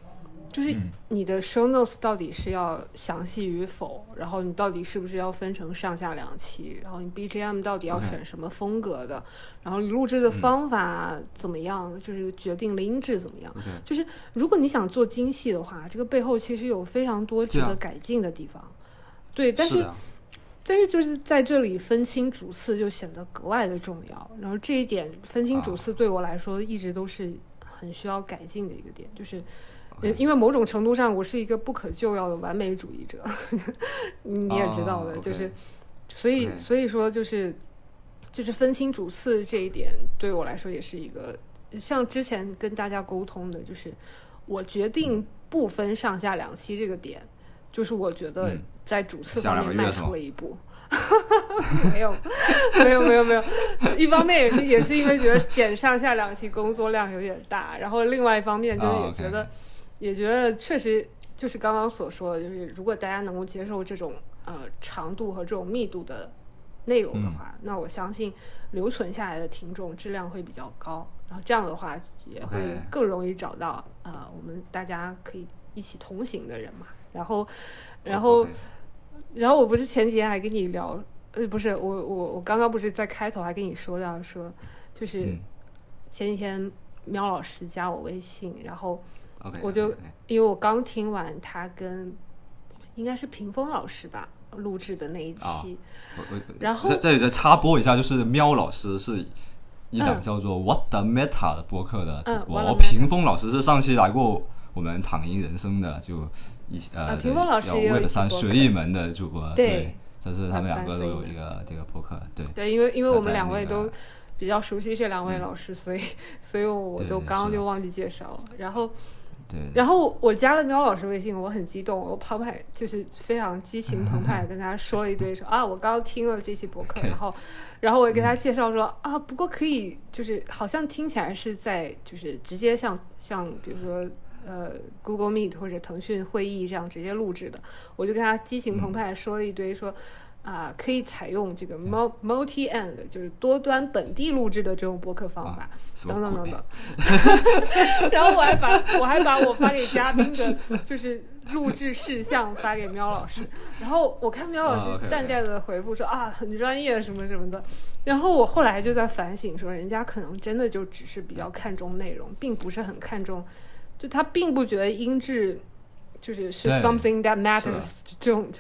就是你的 show notes 到底是要详细与否，然后你到底是不是要分成上下两期，然后你 BGM 到底要选什么风格的，然后你录制的方法怎么样，就是决定了音质怎么样。就是如果你想做精细的话，这个背后其实有非常多值得改进的地方。对，但是就是在这里分清主次就显得格外的重要，然后这一点分清主次对我来说一直都是很需要改进的一个点，就是因为某种程度上我是一个不可救药的完美主义者你也知道的，就是所以说就是分清主次这一点对我来说也是一个，像之前跟大家沟通的，就是我决定不分上下两期这个点，就是我觉得在主次方面迈出了一步没有，一方面也是因为觉得剪上下两期工作量有点大，然后另外一方面就是也觉得确实就是刚刚所说的，就是如果大家能够接受这种长度和这种密度的内容的话，那我相信留存下来的听众质量会比较高，然后这样的话也会更容易找到我们大家可以一起同行的人嘛。然后我不是前几天还跟你聊，不是我刚刚不是在开头还跟你说到说，就是前几天喵老师加我微信，然后我就因为我刚听完他跟应该是屏风老师吧录制的那一期，然后这里再插播一下，就是喵老师是一档叫做 What the Meta 的播客的主播，屏风老师是上期来过我们躺赢人生的，就屏风老师也有为了上水一门的主播， 对， 这是他们两个都有一个这个播客， 对，因为我们两位都比较熟悉这两位老师，所以我都刚刚就忘记介绍了，然后我加了喵老师微信，我很激动，我澎湃就是非常激情澎湃跟他说了一堆，说我刚刚听了这期博客，然后我也给他介绍说不过可以就是好像听起来是在就是直接像比如说Google Meet 或者腾讯会议这样直接录制的，我就跟他激情澎湃说了一堆说可以采用这个 multi-end 就是多端本地录制的这种播客方法，等等等等然后我还把我发给嘉宾的就是录制事项发给喵老师，然后我看喵老师淡淡的回复说很专业什么什么的，然后我后来就在反省说，人家可能真的就只是比较看重内容，并不是很看重，就他并不觉得音质是 something that matters 这种，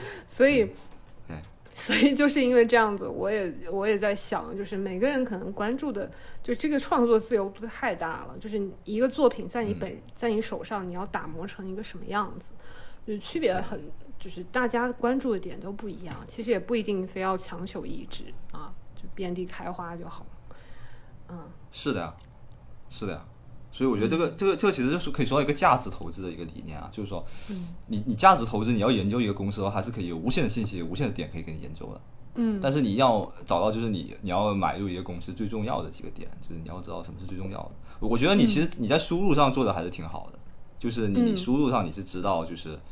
所以就是因为这样子，我也在想，就是每个人可能关注的，就这个创作自由度太大了，就是一个作品在你手上，你要打磨成一个什么样子，就是区别就是大家关注的点都不一样，其实也不一定非要强求一致就遍地开花就好了。 是的呀。所以我觉得这个其实就是可以说到一个价值投资的一个理念就是说，你价值投资你要研究一个公司的话，还是可以有无限的信息、无限的点可以给你研究的。但是你要找到就是你要买入一个公司最重要的几个点，就是你要知道什么是最重要的。我觉得其实你在输入上做的还是挺好的，就是你输入上你是知道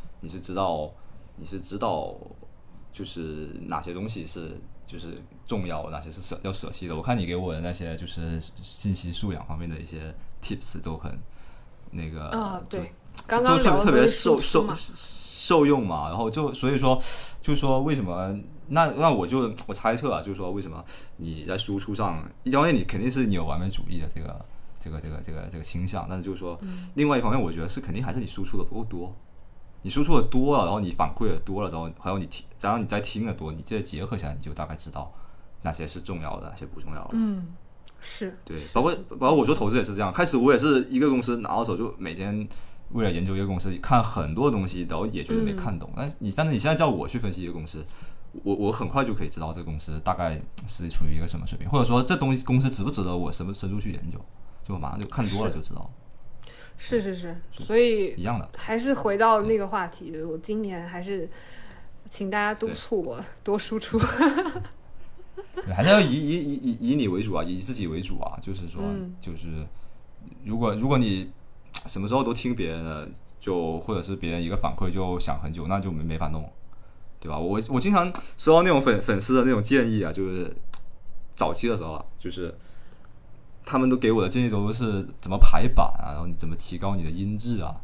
就是哪些东西是就是重要的，哪些是要舍弃的。我看你给我的那些就是信息素养方面的一些 tips 都很那个对，刚刚聊的特别受用嘛。然后所以说就说为什么那我猜测就是说为什么你在输出上，一方面你肯定是你有完美主义的这个倾向，但是就是说另外一方面我觉得是肯定还是你输出的不够多。你输出的多了，然后你反馈的多了，然后还有然后你再听的多，你这结合起来，你就大概知道哪些是重要的，哪些不重要的。 是对，包括我做投资也是这样。开始我也是一个公司拿到手，就每天为了研究一个公司，看很多东西，然后也觉得没看懂。但是你现在叫我去分析一个公司，我很快就可以知道这个公司大概是处于一个什么水平，或者说这公司值不值得我深入去研究，就马上就看多了就知道了。 是，所以一样的， 还是回到那个话题，我今年还是请大家督促我多输出。 对，还是要以你为主以自己为主就是说，就是如果你什么时候都听别人的，就或者是别人一个反馈就想很久，那就没法弄，对吧？我经常收到那种粉丝的那种建议就是早期的时候就是他们都给我的建议都是怎么排版然后你怎么提高你的音质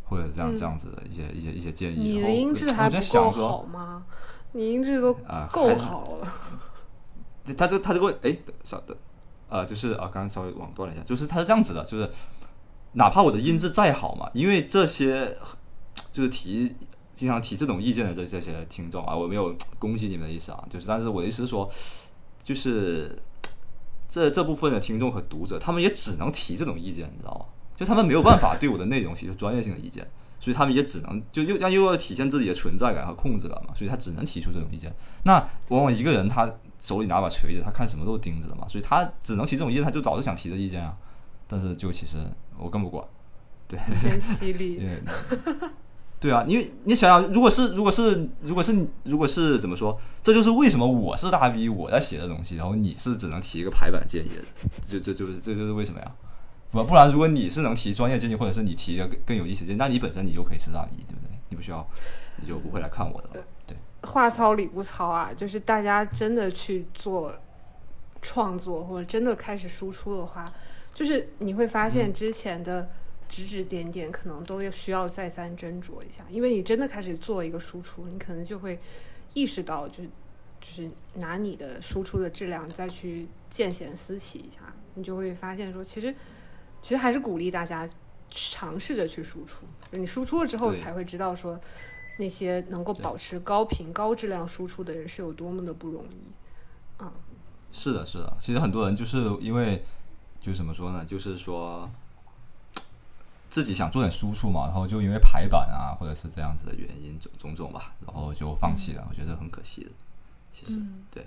或者这样子的一些建议。 你的音质还不够好吗？你音质都够好了。 他这个稍等就是刚刚稍微网断了一下，就是他是这样子的，就是哪怕我的音质再好嘛，因为这些就是经常提这种意见的这些听众啊，我没有攻击你们的意思啊，就是但是我的意思是说，就是这部分的听众和读者，他们也只能提这种意见，你知道吗？就他们没有办法对我的内容提出专业性的意见，所以他们也只能又要体现自己的存在感和控制感嘛，所以他只能提出这种意见。那往往一个人他手里拿把锤子，他看什么都盯着的嘛，所以他只能提这种意见，他就老是想提这意见啊。但是就其实我更不管，对， 真犀利。 对啊，因为你想想，如果是怎么说，这就是为什么我是大 V， 我在写的东西，然后你是只能提一个排版建议的，这就是为什么呀？不然如果你是能提专业建议，或者是你提一个更有意思的建议，那你本身你就可以是大 V， 对不对？你不需要，你就不会来看我的了。对， 话糙理不糙啊，就是大家真的去做创作，或者真的开始输出的话，就是你会发现之前的指指点点可能都需要再三斟酌一下，因为你真的开始做一个输出，你可能就会意识到就是拿你的输出的质量再去见贤思齐一下，你就会发现说其实还是鼓励大家尝试着去输出，你输出了之后才会知道说那些能够保持高频高质量输出的人是有多么的不容易。 是的，其实很多人就是因为就怎么说呢，就是说自己想做点输出嘛，然后就因为排版啊或者是这样子的原因种吧，然后就放弃了，我觉得很可惜的。其实对，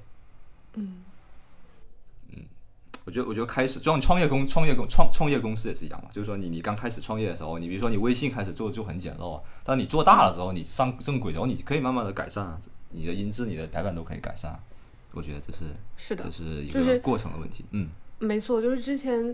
我觉得开始就像创业公司也是一样嘛，就是说你刚开始创业的时候，你比如说你微信开始做就很简陋啊，但你做大了之后，你上正轨之后，你可以慢慢的改善啊，你的音质、你的排版都可以改善啊。我觉得这是一个过程的问题。 没错，就是之前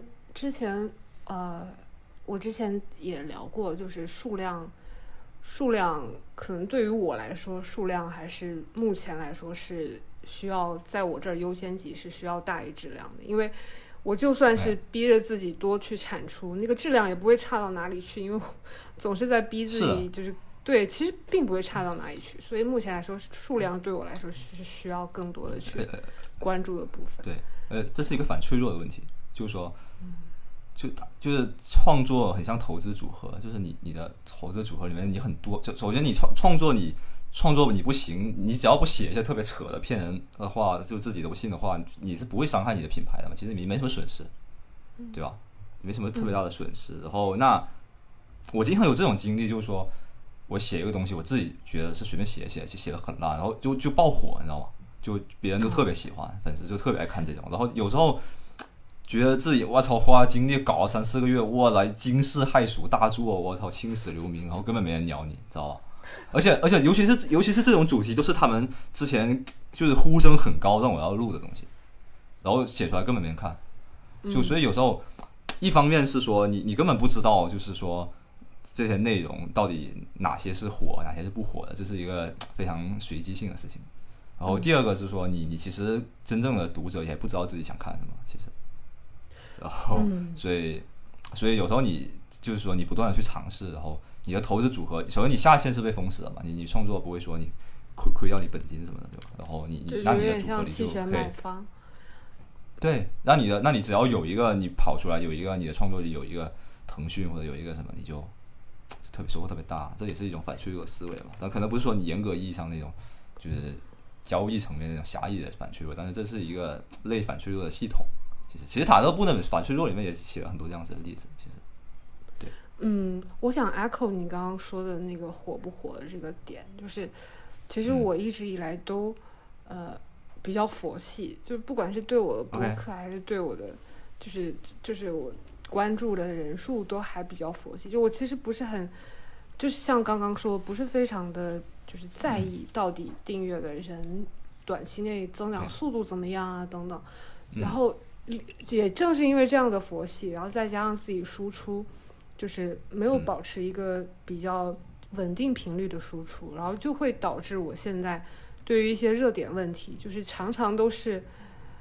我之前也聊过，就是数量可能对于我来说，数量还是目前来说是需要在我这儿优先级是需要大于质量的，因为我就算是逼着自己多去产出，那个质量也不会差到哪里去，因为我总是在逼自己，就是对，其实并不会差到哪里去，所以目前来说，数量对我来说是需要更多的去关注的部分。 对，这是一个反脆弱的问题，就是说。就是创作很像投资组合，就是你的投资组合里面你很多，就首先你创作你不行，你只要不写一些特别扯的骗人的话，就自己都不信的话，你是不会伤害你的品牌的嘛。其实你没什么损失，对吧？没什么特别大的损失。然后那我经常有这种经历，就是说我写一个东西，我自己觉得是随便写得很烂，然后就爆火，你知道吗？就别人都特别喜欢，粉丝就特别爱看这种，然后有时候。觉得自己我操花精力搞了3-4个月，我来惊世骇俗大作，我操青史留名，然后根本没人鸟你，知道吧？而且尤其是这种主题都是他们之前就是呼声很高让我要录的东西，然后写出来根本没人看，就所以有时候一方面是说你根本不知道，就是说这些内容到底哪些是火，哪些是不火的，这是一个非常随机性的事情。然后第二个是说你其实真正的读者也不知道自己想看什么，其实。然后，所以有时候你就是说你不断的去尝试，然后你的投资组合，首先你下线是被封死了嘛，你创作不会说你亏掉你本金什么的，对吧？然后那你的组合里就可以，对，那你只要有一个你跑出来，有一个你的创作里有一个腾讯或者有一个什么，你就特别收获特别大，这也是一种反脆弱的思维嘛。但可能不是说你严格意义上那种就是交易层面那种狭义的反脆弱，但是这是一个类反脆弱的系统。其实塔勒布的反脆弱里面也写了很多这样子的例子，其实，对， 我想 echo 你刚刚说的那个火不火的这个点，就是其实我一直以来都比较佛系，就不管是对我的播客还是对我的就是我关注的人数都还比较佛系，就我其实不是很，就是像刚刚说不是非常的就是在意到底订阅的人短期内增长速度怎么样啊等等，然后。也正是因为这样的佛系，然后再加上自己输出就是没有保持一个比较稳定频率的输出，然后就会导致我现在对于一些热点问题就是常常都是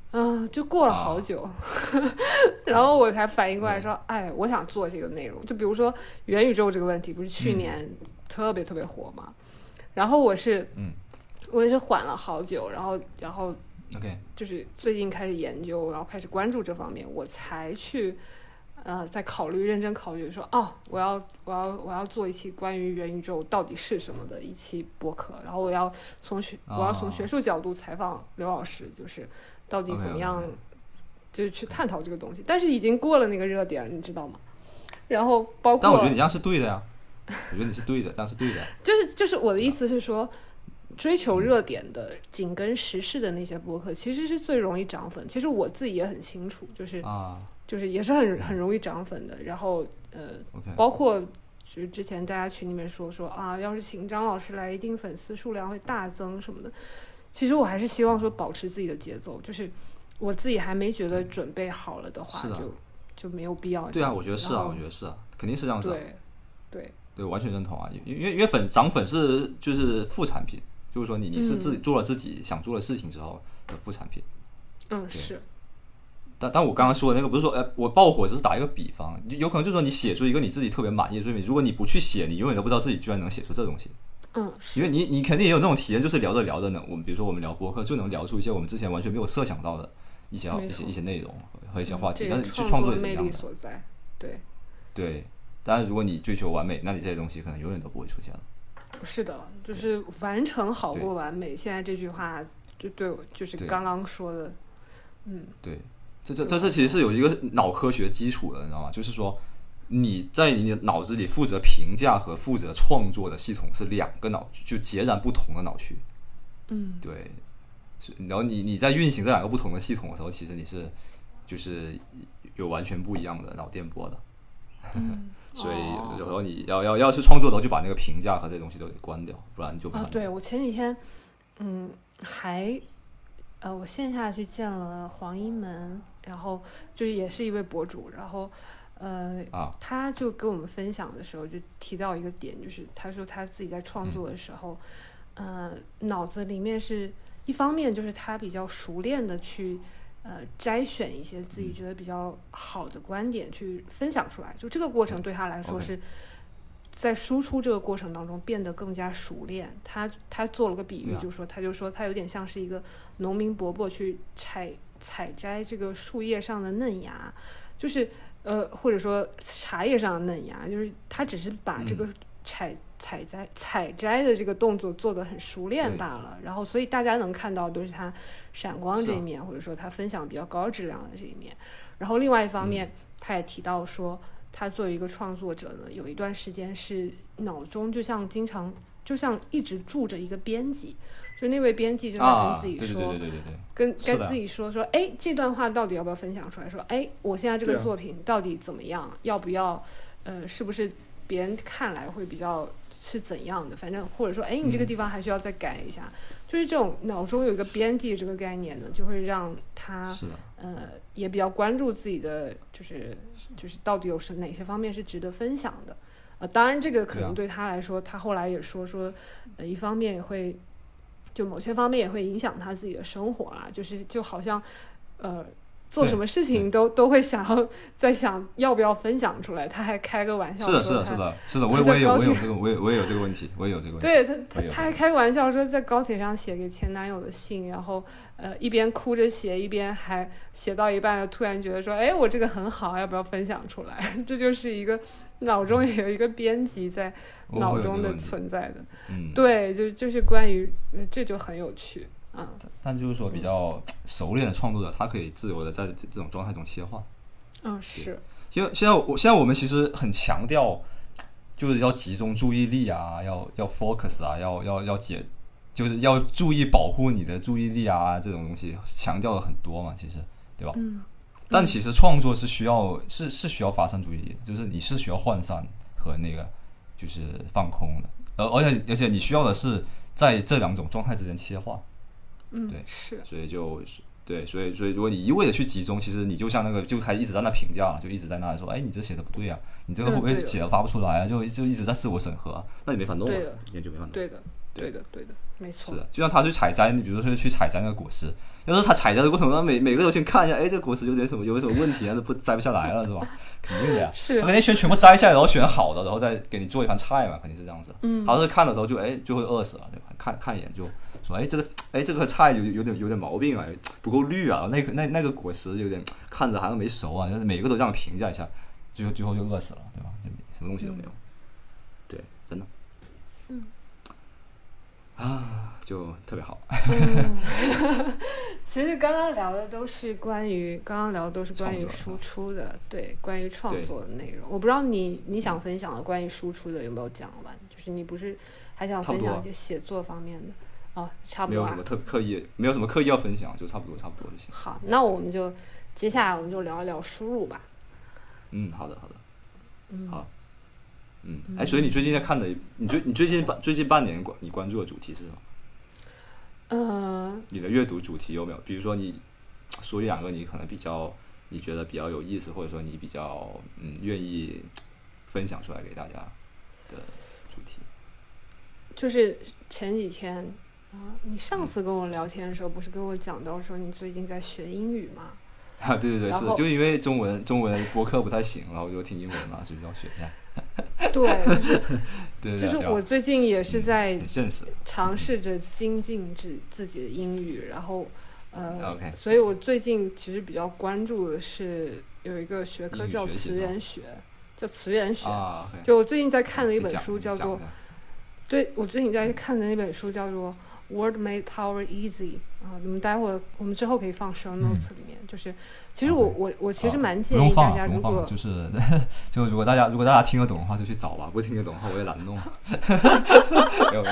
就过了好久，然后我才反应过来说，哎，我想做这个内容。就比如说元宇宙这个问题，不是去年特别特别火嘛？然后我也是缓了好久，然后 OK， 就是最近开始研究，然后开始关注这方面，我才去再认真考虑说，我要做一期关于元宇宙到底是什么的一期播客，然后我要从学术角度采访刘老师，就是到底怎么样，就是去探讨这个东西。但是已经过了那个热点，你知道吗？然后包括， 但我觉得你这样是对的呀，我觉得你是对的，这样是对的。 就是我的意思是说，追求热点的紧跟时事的那些播客，其实是最容易涨粉。其实我自己也很清楚，就是也是很容易涨粉的。然后包括就是之前大家群里面说要是请张老师来，一定粉丝数量会大增什么的。其实我还是希望说保持自己的节奏，就是我自己还没觉得准备好了的话，就没有必要。 对啊，我觉得是啊，肯定是这样子。对，完全认同啊。因为涨粉是就是副产品，就是说你是自己做了自己想做的事情之后的副产品。 是。 但我刚刚说的那个不是说我爆火，只是打一个比方，有可能就是说你写出一个你自己特别满意的作品，如果你不去写，你永远都不知道自己居然能写出这东西。因为你肯定也有那种体验，就是聊着呢，比如说我们聊播客，就能聊出一些我们之前完全没有设想到的一些内容和一些话题，但是去创作也是一样的。 所在， 对。但是如果你追求完美，那你这些东西可能永远都不会出现了。 是的，就是完成好过完美。现在这句话就是刚刚说的， 对，这其实是有一个脑科学基础的，你知道吗？就是说你在你的脑子里负责评价和负责创作的系统是两个就截然不同的脑区。对。然后你在运行这两个不同的系统的时候，其实你是就是有完全不一样的脑电波的。所以有时候你要是创作的时候，就把那个评价和这些东西都给关掉，不然就对，我前几天我线下去见了黄一门，然后就是也是一位博主，然后他就跟我们分享的时候就提到一个点，就是他说他自己在创作的时候，脑子里面是一方面就是他比较熟练的去摘选一些自己觉得比较好的观点去分享出来，就这个过程对他来说是在输出这个过程当中变得更加熟练。他做了个比喻，就说他有点像是一个农民伯伯去采摘这个树叶上的嫩芽，就是或者说茶叶上的嫩芽，就是他只是把这个采摘的这个动作做得很熟练罢了，然后所以大家能看到都是他闪光这一面，或者说他分享比较高质量的这一面。然后另外一方面，他也提到说他作为一个创作者呢，有一段时间是脑中就像一直住着一个编辑，就那位编辑就在跟自己说，跟自己说这段话到底要不要分享出来，说我现在这个作品到底怎么样，要不要是不是别人看来会比较是怎样的，反正或者说你这个地方还需要再改一下，就是这种脑中有一个编辑这个概念呢，就会让他也比较关注自己的就是到底有哪些方面是值得分享的。当然这个可能对他来说，他后来也说一方面也会就某些方面也会影响他自己的生活啦，就好像做什么事情都会在想要不要分享出来。他还开个玩笑说是的，我也有这个问题， 对，他还开个玩笑说在高铁上写给前男友的信，然后一边哭着写，一边还写到一半突然觉得说我这个很好，要不要分享出来。这就是一个脑中也有一个编辑在脑中的存在的。对，就是关于这就很有趣。 但就是说比较熟练的创作者，他可以自由的在这种状态中切换。 是。 现在我们其实很强调，就是要集中注意力啊，要 focus 啊，就是要注意保护你的注意力啊，这种东西强调的很多嘛，其实对吧？但其实创作是需要发散注意力的，就是你是需要涣散和那个就是放空的，而且你需要的是在这两种状态之间切换。对， 是， 所以如果你一味的去集中，其实你就像那个就还一直在那评价了，就一直在那说，你这写的不对啊，你这个会不会写的发不出来啊？就一直在自我审核，那你没法弄啊，你就没法弄。 对的， 对的，没错。 是的，就像他去采摘，你比如说去采摘那个果实，要是他采摘的过程中，每个都先看一下，哎，这个果实有什么问题啊，都摘不下来了，是吧？肯定的呀。 是。 他肯定全部摘下来，然后选好的，然后再给你做一盘菜嘛，肯定是这样子。他要是看的时候就会饿死了，对吧？看一眼就说，这个菜有点毛病啊，不够绿啊，那个果实有点看着好像没熟啊，就是每个都这样评价一下，最后就饿死了，对吧？什么东西都没有。对，真的。就特别好。 其实刚刚聊的都是关于输出的，对，关于创作的内容。我不知道你想分享的关于输出的有没有讲完？就是你不是还想分享一些写作方面的？哦，差不多。 没有什么没有什么刻意要分享，就差不多就行。 好，那我们就接下来我们就聊一聊输入吧。 好的。好。所以你最近在看的，你最近半年你关注的主题是什么？你的阅读主题有没有？比如说你说一两个你可能你觉得比较有意思，或者说你比较愿意分享出来给大家的主题。 就是前几天你上次跟我聊天的时候，不是跟我讲到说你最近在学英语吗？ 对，是的，就因为中文播客不太行，然后我就听英文嘛，所以要学一下。 对，就是我最近也是在尝试着精进自己的英语，然后所以我最近其实比较关注的是有一个学科叫词源学，就我最近在看的一本书叫做，对，我最近在看的那本书叫做Word Made Power Easy 我们之后可以放 show notes 里面，就是其实我其实蛮建议大家，如果就如果大家听得懂的话就去找吧，不听得懂的话我也懒得弄。没有。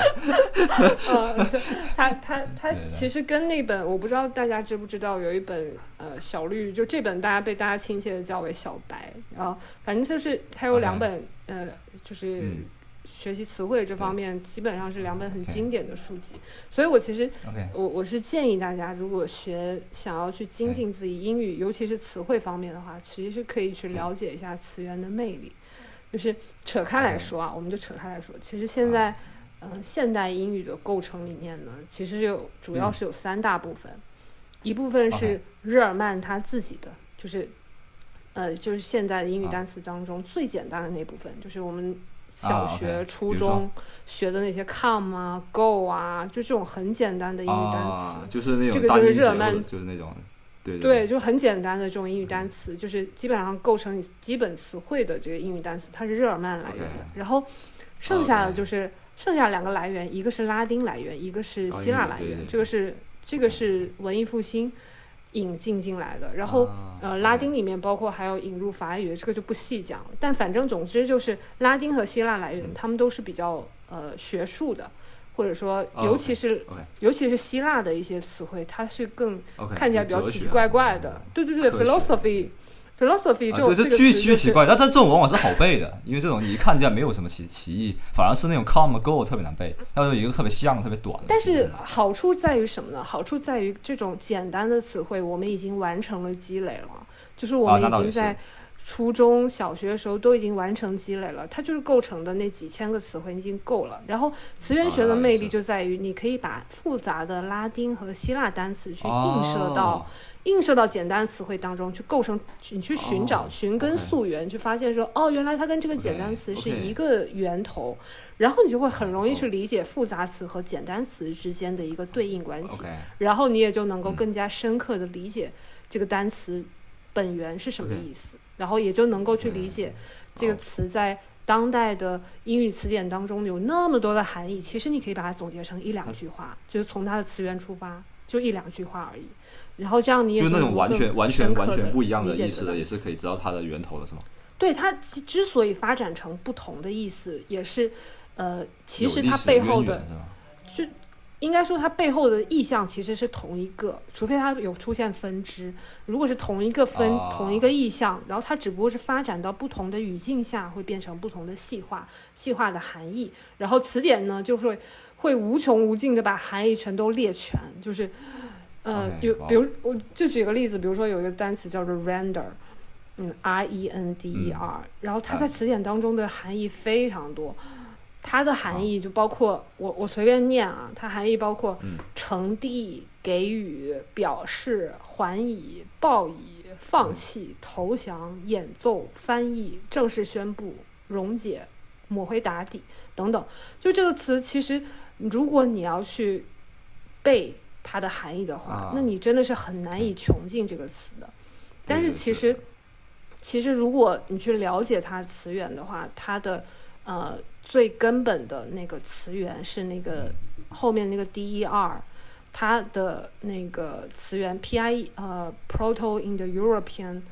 他其实跟那本我不知道大家知不知道有一本小绿，就这本被大家亲切的叫为小白，然后反正就是它有两本就是学习词汇这方面基本上是两本很经典的书籍，所以我其实我是建议大家，如果想要去精进自己英语，尤其是词汇方面的话，其实是可以去了解一下词源的魅力。就是扯开来说我们就扯开来说，其实现在现代英语的构成里面呢，其实主要是有三大部分，一部分是日耳曼他自己的，就是现在的英语单词当中最简单的那部分，就是我们小学、初中学的那些 come go 就这种很简单的英语单词， 就是那种这个就是日耳曼， 就是那种对，就很简单的这种英语单词，就是基本上构成你基本词汇的这个英语单词，它是日耳曼来源的。然后剩下的就是剩下两个来源，一个是拉丁来源，一个是希腊来源。这个是文艺复兴引进来的，然后拉丁里面包括还有引入法语，这个就不细讲了。但反正总之就是拉丁和希腊来源，他们都是比较学术的，或者说尤其是希腊的一些词汇，它是更看起来比较奇奇怪怪的。对 philosophy 这种这个巨奇怪，但这种往往是好背的，因为这种你一看见没有什么歧义，反而是那种 come go 特别难背，它有一个特别像特别短的。 但是好处在于什么呢？好处在于这种简单的词汇我们已经完成了积累了，就是我们已经在初中小学的时候都已经完成积累了，它就是构成的那几千个词汇已经够了。然后词源学的魅力就在于你可以把复杂的拉丁和希腊单词去映射到简单词汇当中去构成，你去寻找寻根溯源，去发现说原来它跟这个简单词是一个源头，然后你就会很容易去理解复杂词和简单词之间的一个对应关系，然后你也就能够更加深刻的理解这个单词本源是什么意思，然后也就能够去理解这个词在当代的英语词典当中有那么多的含义，其实你可以把它总结成一两句话，就是从它的词源出发，就一两句话而已，然后这样你也就那种完全不一样的意思的，也是可以知道它的源头的，是吗？ 对，它之所以发展成不同的意思，也是其实它背后的就应该说它背后的意象其实是同一个，除非它有出现分支。如果是同一个意象，然后它只不过是发展到不同的语境下会变成不同的细化的含义，然后词典呢就会无穷无尽的把含义全都列全，就是比如我就举个例子，比如说有一个单词叫做 render render，然后它在词典当中的含义非常多， 它的含义就包括我随便念啊，它含义包括呈递、给予、表示、还以、报以、放弃、投降、演奏、翻译、正式宣布、溶解、抹灰打底等等。就这个词，其实如果你要去背它的含义的话，那你真的是很难以穷尽这个词的。但是其实如果你去了解它词源的话，它的最根本的那个词源是那个后面那个 DER， 它的那个词源 PIE Proto-Indo-European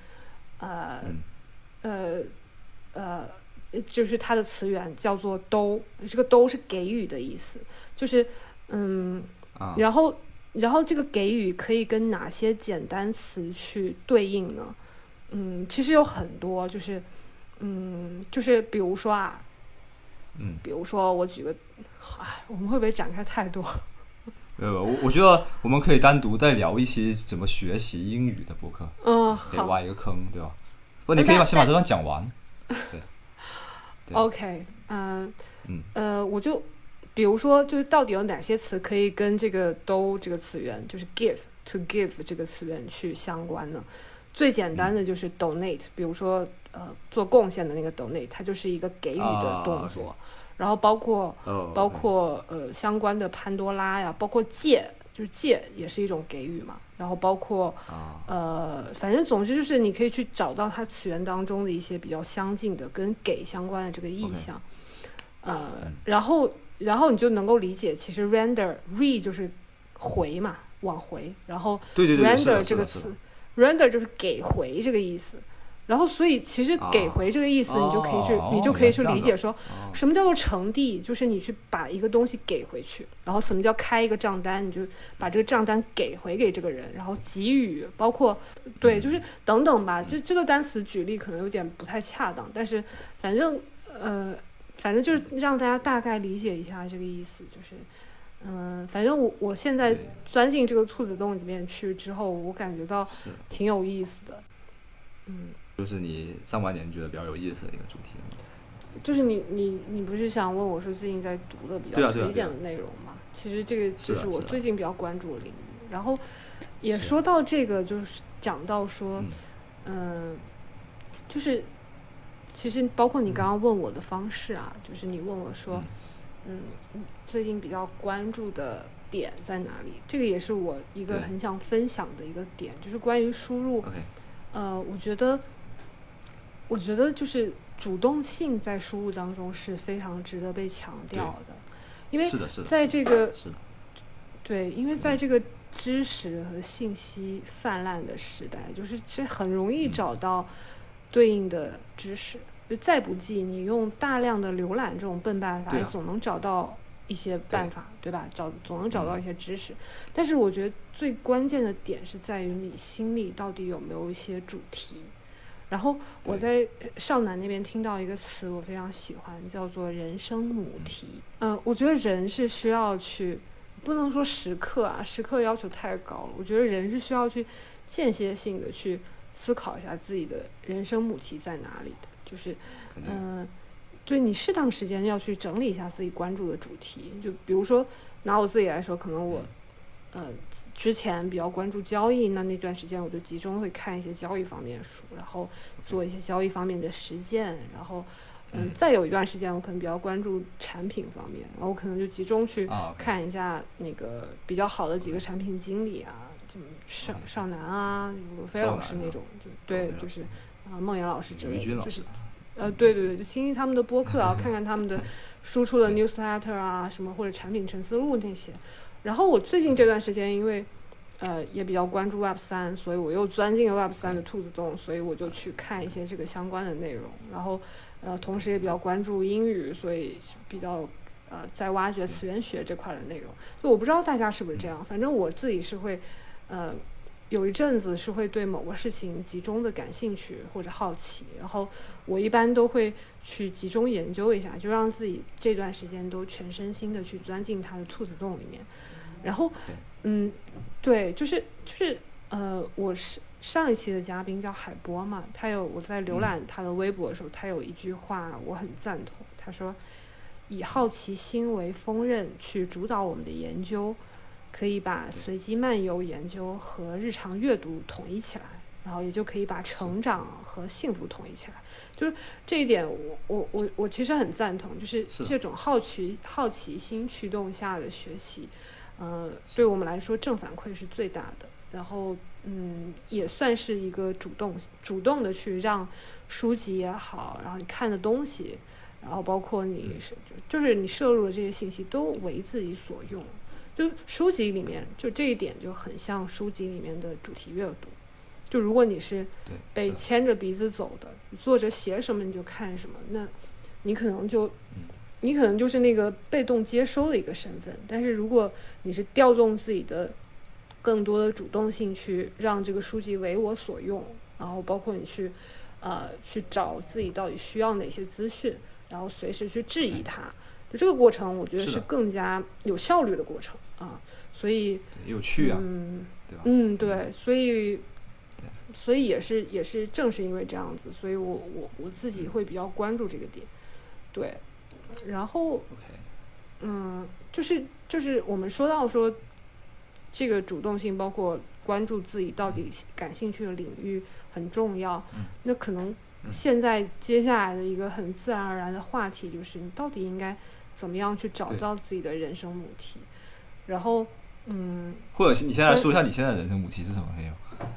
就是它的词源叫做都，这个都是给予的意思，就是然后这个给予可以跟哪些简单词去对应呢？其实有很多，就是比如说啊，比如说我举个，我们会不会展开太多？ 我觉得我们可以单独再聊一些怎么学习英语的播客，可以挖一个坑，对吧？不，你可以先把这段讲完。对 OK， 我就比如说，就是到底有哪些词可以跟这个都这个词源，就是 to give 这个词源去相关呢？最简单的就是 donate，比如说做贡献的那个 donate， 它就是一个给予的动作。然后包括相关的潘多拉呀，包括借，就是借也是一种给予嘛。然后包括反正总之就是你可以去找到它词源当中的一些比较相近的跟给相关的这个意象。然后你就能够理解，其实 re 就是回嘛，往回。然后 render 这个词 render 就是给回这个意思。然后所以其实给回这个意思，你就可以去理解说，什么叫做呈递，就是你去把一个东西给回去。然后什么叫开一个账单，你就把这个账单给回给这个人。然后给予，包括对，就是等等吧。这个单词举例可能有点不太恰当，但是反正就是让大家大概理解一下这个意思，就是反正我现在钻进这个兔子洞里面去之后，我感觉到挺有意思的。 就是你上半年觉得比较有意思的一个主题， 就是你不是想问我说最近在读的比较推荐的内容吗？其实这个就是我最近比较关注的领域。然后也说到这个，就是讲到说，就是其实包括你刚刚问我的方式啊，就是你问我说，最近比较关注的点在哪里？这个也是我一个很想分享的一个点，就是关于输入。我觉得就是主动性在输入当中是非常值得被强调的，因为在这个对，因为在这个知识和信息泛滥的时代，就是其实很容易找到对应的知识，就再不济你用大量的浏览这种笨办法，总能找到一些办法， 对吧？总能找到一些知识。但是我觉得最关键的点是在于你心里到底有没有一些主题。然后我在少南那边听到一个词我非常喜欢，叫做人生母题。我觉得人是需要去，不能说时刻要求太高了，我觉得人是需要去间歇性的去思考一下自己的人生母题在哪里的，就是对，你适当时间要去整理一下自己关注的主题。就比如说拿我自己来说，可能我之前比较关注交易，那段时间我就集中会看一些交易方面的书，然后做一些交易方面的实践。然后再有一段时间我可能比较关注产品方面，然后我可能就集中去看一下那个比较好的几个产品经理啊，就少南啊，罗飞老师那种，就对，就是孟岩老师之类的，就是对，就听听他们的播客啊，看看他们的输出的 newsletter 啊什么，或者产品沉思录那些。然后我最近这段时间因为也比较关注 Web3， 所以我又钻进了 Web3 的兔子洞，所以我就去看一些这个相关的内容。然后同时也比较关注英语，所以比较在挖掘词源学这块的内容。就我不知道大家是不是这样，反正我自己是会有一阵子是会对某个事情集中的感兴趣或者好奇，然后我一般都会去集中研究一下，就让自己这段时间都全身心的去钻进它的兔子洞里面。然后对，就是我是上一期的嘉宾叫海波嘛，我在浏览他的微博的时候，他有一句话我很赞同，他说以好奇心为锋刃去主导我们的研究，可以把随机漫游研究和日常阅读统一起来，然后也就可以把成长和幸福统一起来。就是这一点我其实很赞同，就是这种好奇心驱动下的学习，对我们来说正反馈是最大的。然后也算是一个主动的去让书籍也好，然后你看的东西，然后包括你就是你摄入的这些信息都为自己所用。就书籍里面就这一点就很像书籍里面的主题阅读，就如果你是被牵着鼻子走的，作者写什么你就看什么，那你可能就是那个被动接收的一个身份。但是如果你是调动自己的更多的主动性去让这个书籍为我所用，然后包括你去找自己到底需要哪些资讯，然后随时去质疑它，就这个过程我觉得是更加有效率的过程啊。所以有趣啊，对吧？ 对，所以也是正是因为这样子，所以我自己会比较关注这个点。对，然后就是我们说到说这个主动性，包括关注自己到底感兴趣的领域很重要。那可能现在接下来的一个很自然而然的话题就是你到底应该怎么样去找到自己的人生母题。然后或者是你先来说一下你现在的人生母题是什么？没有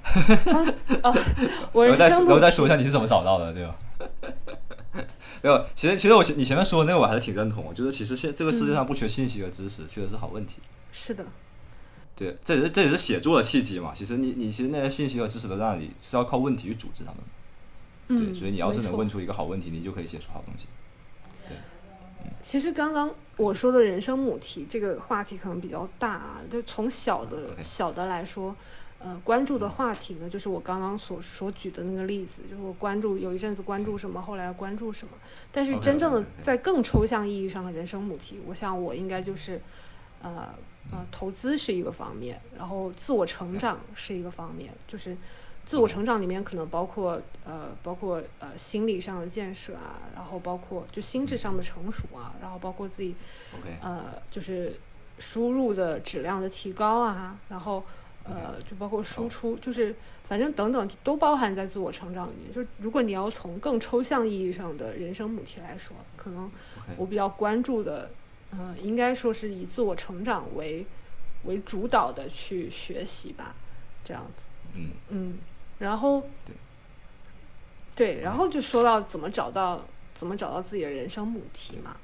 我人生母题， 然后再说一下你是怎么找到的，对吧？没有，其实你前面说的那个我还是挺认同。我觉得其实这个世界上不缺信息和知识，缺的是好问题。 是的。 对，这也是写作的契机嘛。其实你其实那些信息和知识的那里是要靠问题去组织它们。对，所以你要是能问出一个好问题，你就可以写出好东西。对， 其实刚刚我说的人生母题这个话题可能比较大啊，就从小的来说，关注的话题呢，就是我刚刚所举的那个例子，就是我有一阵子关注什么，后来关注什么。但是真正的在更抽象意义上的人生母题，我想我应该就是投资是一个方面，然后自我成长是一个方面。就是自我成长里面可能包括心理上的建设啊，然后包括就心智上的成熟啊，然后包括自己就是输入的质量的提高啊，然后就包括输出，就是反正等等都包含在自我成长里面。就如果你要从更抽象意义上的人生母题来说，可能我比较关注的应该说是以自我成长为主导的去学习吧，这样子。然后对，然后就说到怎么找到自己的人生母题嘛。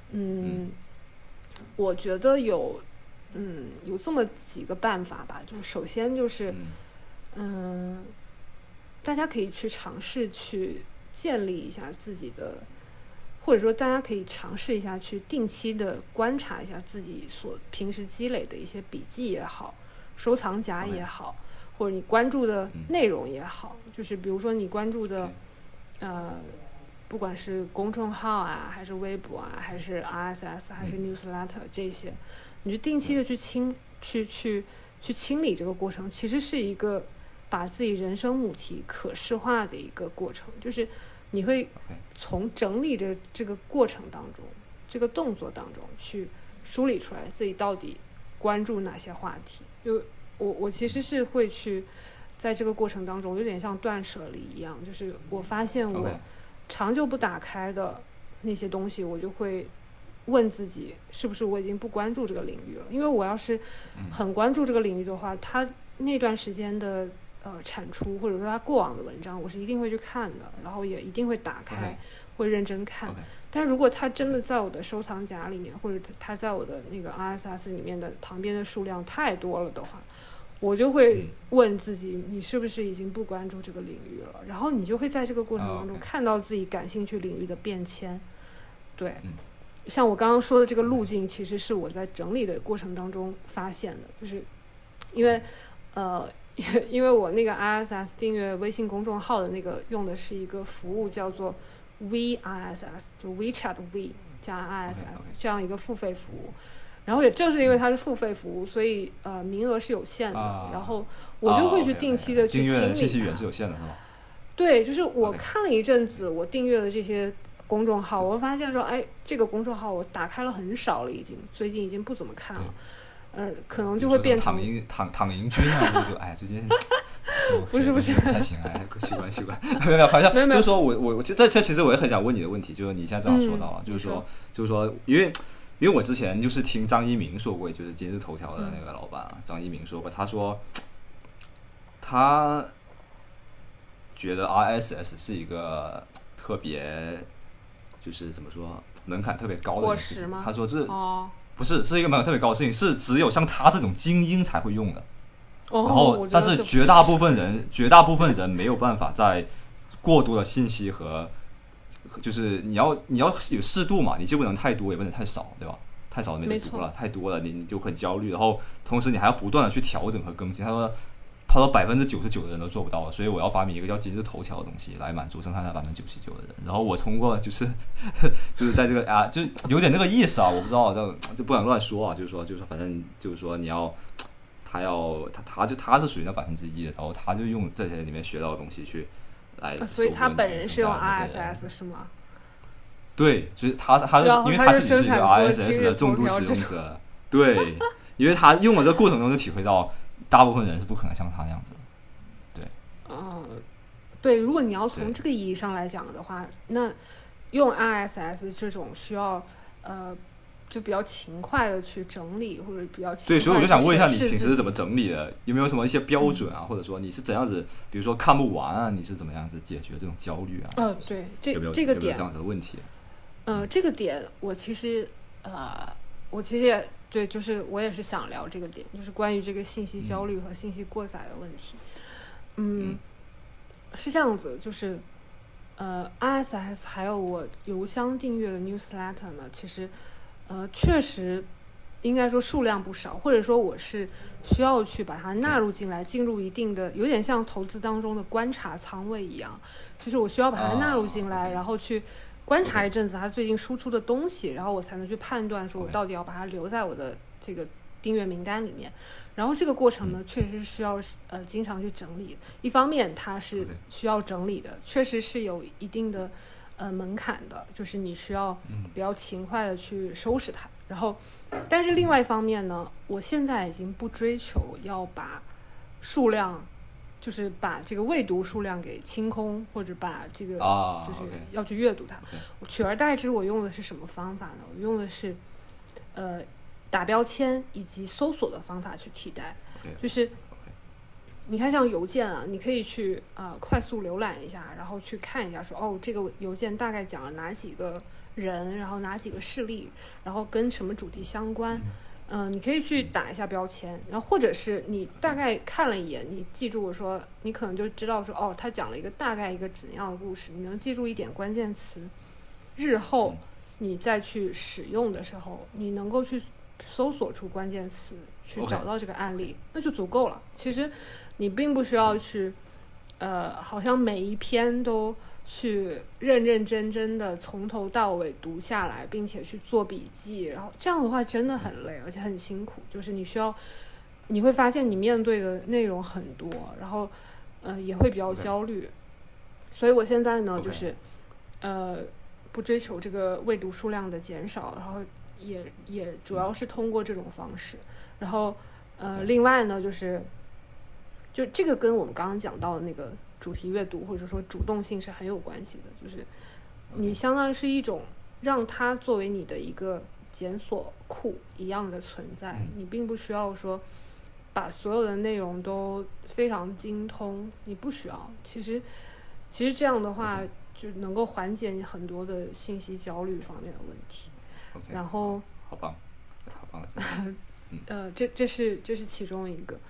我觉得有这么几个办法吧。就首先就是大家可以去尝试去建立一下自己的，或者说大家可以尝试一下去定期的观察一下自己所平时积累的一些笔记也好，收藏夹也好，或者你关注的内容也好。就是比如说你关注的不管是公众号啊，还是微博啊，还是 RSS 还是 newsletter 这些，你就定期的去清理这个过程，其实是一个把自己人生母题可视化的一个过程。就是你会从整理这个过程当中，这个动作当中去梳理出来自己到底关注哪些话题。就我其实是会去在这个过程当中有点像断舍离一样，就是我发现我长久不打开的那些东西，我就会问自己是不是我已经不关注这个领域了。因为我要是很关注这个领域的话，它那段时间的产出，或者说它过往的文章，我是一定会去看的，然后也一定会打开会认真看。但如果它真的在我的收藏夹里面，或者它在我的那个 RSS 里面的旁边的数量太多了的话，我就会问自己你是不是已经不关注这个领域了。然后你就会在这个过程当中看到自己感兴趣领域的变迁。对，像我刚刚说的这个路径，其实是我在整理的过程当中发现的。就是因为我那个 RSS 订阅微信公众号的那个用的是一个服务叫做 WeRSS， 就 WeChat We 加 RSS 这样一个付费服务。然后也正是因为它是付费服务，所以名额是有限的。然后我就会去定期的去清理它。 订阅信息源是有限的是吗？ 对，就是我看了一阵子我订阅的这些公众号，我发现说，哎，这个公众号我打开了很少了，最近已经不怎么看了。可能就会变成躺赢君啊，就最近不是不太行哎，习惯，没有，好像就是说我这其实我也很想问你的问题，就是你现在正好说到了，就是说，因为我之前就是听张一鸣说过，就是今日头条的那个老板张一鸣说过，他说他觉得 RSS 是一个特别就是怎么说门槛特别高的事情，他说这不是一个门槛特别高的事情，是只有像他这种精英才会用的。然后，但是绝大部分人没有办法在过多的信息和就是你要有适度嘛，你就不能太多，也不能太少，对吧？太少没得读了，太多了你就很焦虑，然后同时你还要不断的去调整和更新。他说99%的人都做不到了，所以我要发明一个叫今日头条的东西来满足剩下的99%的人。然后我通过就是在这个就有点那个意思啊，我不知道，就不敢乱说啊，就是说反正就是说你要他是属于那1%的，然后他就用这些里面学到的东西去来。 所以他本人是用 RSS 是吗？ 对，所以他因为他自己是一个 RSS 的重度使用者，对，因为他用了这个过程中就体会到。大部分人是不可能像他那样子的，对。 对，如果你要从这个意义上来讲的话，那用 RSS 这种需要就比较勤快的去整理，或者比较勤快。 对，所以我就想问一下，你平时是怎么整理的？有没有什么一些标准啊？或者说你是怎样子？比如说看不完啊，你是怎么样子解决这种焦虑啊？ 对， 这个点有没有这样子的问题？ 这个点我其实也。对，就是我也是想聊这个点，就是关于这个信息焦虑和信息过载的问题。是这样子，就是RSS 还有我邮箱订阅的 newsletter 呢，其实确实应该说数量不少，或者说我是需要去把它纳入进来，进入一定的有点像投资当中的观察仓位一样，就是我需要把它纳入进来，然后去观察一阵子他最近输出的东西，然后我才能去判断说我到底要把它留在我的这个订阅名单里面。然后这个过程呢，确实需要经常去整理。一方面它是需要整理的，确实是有一定的门槛的，就是你需要比较勤快的去收拾它。然后，但是另外一方面呢，我现在已经不追求要把数量。就是把这个未读数量给清空，或者把这个就是要去阅读它。我取而代之，我用的是什么方法呢？我用的是打标签以及搜索的方法去替代。就是你看像邮件啊，你可以去快速浏览一下，然后去看一下说这个邮件大概讲了哪几个人，然后哪几个事例，然后跟什么主题相关。你可以去打一下标签，然后或者是你大概看了一眼，你记住我说，你可能就知道说他讲了一个大概一个怎样的故事，你能记住一点关键词，日后你再去使用的时候，你能够去搜索出关键词，去找到这个案例，那就足够了。其实你并不需要去好像每一篇都去认认真真的从头到尾读下来，并且去做笔记，然后这样的话真的很累，而且很辛苦。就是你会发现你面对的内容很多，然后也会比较焦虑。所以我现在呢，就是不追求这个未读数量的减少，然后也主要是通过这种方式。然后另外呢，就这个跟我们刚刚讲到的那个主题阅读或者说主动性是很有关系的，就是你相当于是一种让它作为你的一个检索库一样的存在，你并不需要说把所有的内容都非常精通，你不需要。其实这样的话就能够缓解你很多的信息焦虑方面的问题。然后好棒这是其中一个。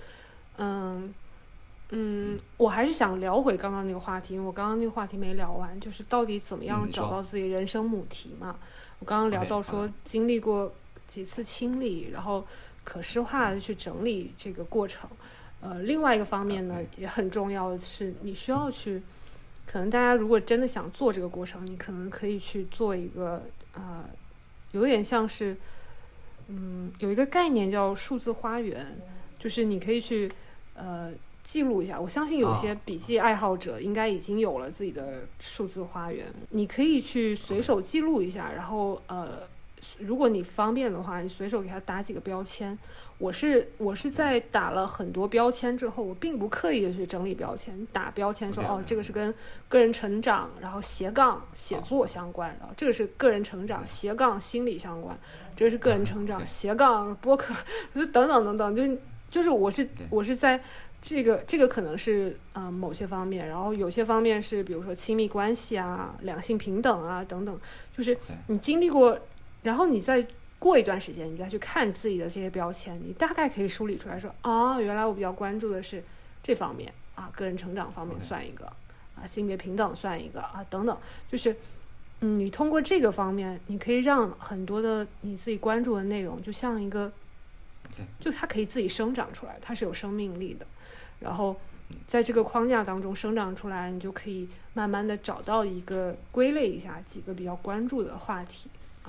我还是想聊回刚刚那个话题，因为我刚刚那个话题没聊完，就是到底怎么样找到自己人生母题嘛。我刚刚聊到说经历过几次清理，然后可视化的去整理这个过程。另外一个方面呢，也很重要的是你需要去，可能大家如果真的想做这个过程，你可能可以去做一个有点像是有一个概念叫数字花园，就是你可以去记录一下。我相信有些笔记爱好者应该已经有了自己的数字花园，你可以去随手记录一下，然后如果你方便的话，你随手给它打几个标签。我是在打了很多标签之后，我并不刻意的去整理标签，打标签说这个是跟个人成长，然后斜杠写作相关，然后这个是个人成长斜杠心理相关，这个是个人成长斜杠播客，等等等等，就是我是在这个可能是某些方面，然后有些方面是比如说亲密关系啊、两性平等啊等等，就是你经历过，然后你再过一段时间，你再去看自己的这些标签，你大概可以梳理出来说，原来我比较关注的是这方面啊，个人成长方面算一个啊，性别平等算一个啊，等等，就是你通过这个方面，你可以让很多的你自己关注的内容，就像一个，就它可以自己生长出来，它是有生命力的，然后在这个框架当中生长出来，你就可以慢慢的找到一个归类一下几个比较关注的话题。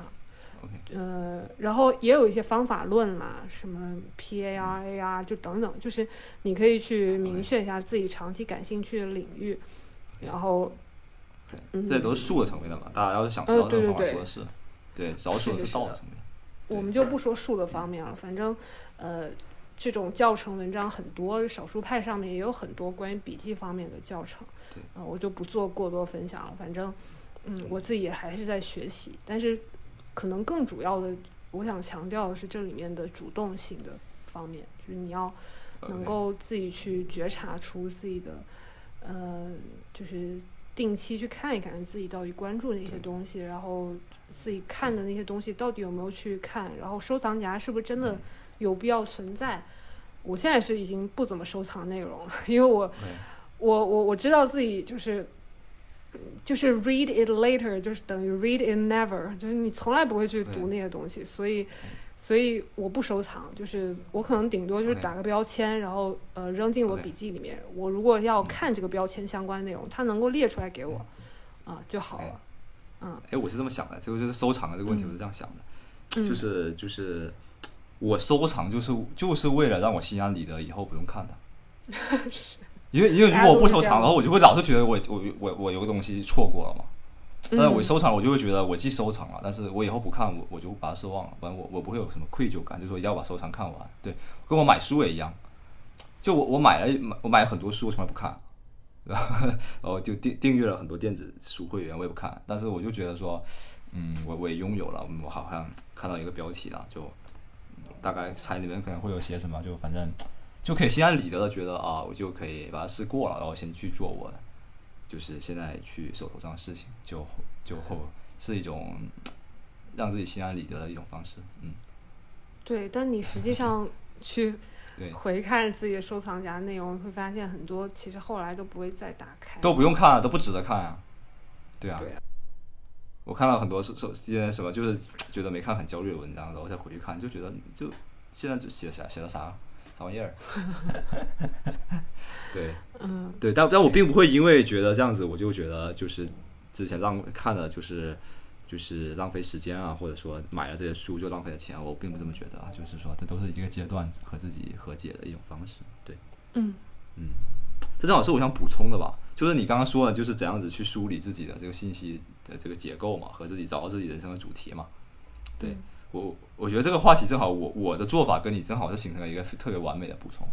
然后也有一些方法论啦，什么 PARA 啊，就等等，就是你可以去明确一下自己长期感兴趣的领域，然后， 这都是术的层面的嘛，大家要是想知道这个方法多的是，对，主要说的是道的层面。 我们就不说术的方面了，反正这种教程文章很多，少数派上面也有很多关于笔记方面的教程，我就不做过多分享了。反正我自己也还是在学习，但是可能更主要的，我想强调的是这里面的主动性的方面，就是你要能够自己去觉察出自己的就是定期去看一看自己到底关注哪些东西，然后自己看的那些东西到底有没有去看，然后收藏夹是不是真的有必要存在。我现在是已经不怎么收藏内容了，因为我知道自己就是 read it later 就是等于 read it never， 就是你从来不会去读那些东西，所以我不收藏，就是我可能顶多就是打个标签，然后扔进我笔记里面。我如果要看这个标签相关内容，它能够列出来给我就好了。 我是这么想的，就是收藏的这个问题我是这样想的，就是我收藏就是为了让我心安理得，以后不用看它。 是。 因为如果我不收藏，然后我就会老是觉得我有个东西错过了嘛。但是我收藏，我就会觉得我既收藏了，但是我以后不看，我就把它收忘了，不然我不会有什么愧疚感，就是说一定要把收藏看完。对，跟我买书也一样，就我买了很多书，我从来不看，然后就订阅了很多电子书会员，我也不看。但是我就觉得说，我也拥有了，我好像看到一个标题了，就大概猜里面可能会有些什么，就反正。就可以心安理得的觉得我就可以把它试过了，然后先去做我就是现在去手头上的事情，就是一种让自己心安理得的一种方式。 对，但你实际上去回看自己的收藏夹内容，会发现很多其实后来都不会再打开， 都不用看都不值得看啊。对啊，我看到很多些什么就是觉得没看很焦虑的文章，然后再回去看，就觉得就现在就写了啥玩意儿。对，但我并不会因为觉得这样子，我就觉得就是之前看的就是浪费时间啊，或者说买了这些书就浪费了钱，我并不这么觉得啊。就是说，这都是一个阶段和自己和解的一种方式。对，这正好是我想补充的吧，就是你刚刚说的，就是怎样子去梳理自己的这个信息的这个结构嘛，和自己找到自己人生的主题嘛。对。我觉得这个话题正好我的做法跟你正好是形成了一个特别完美的补充，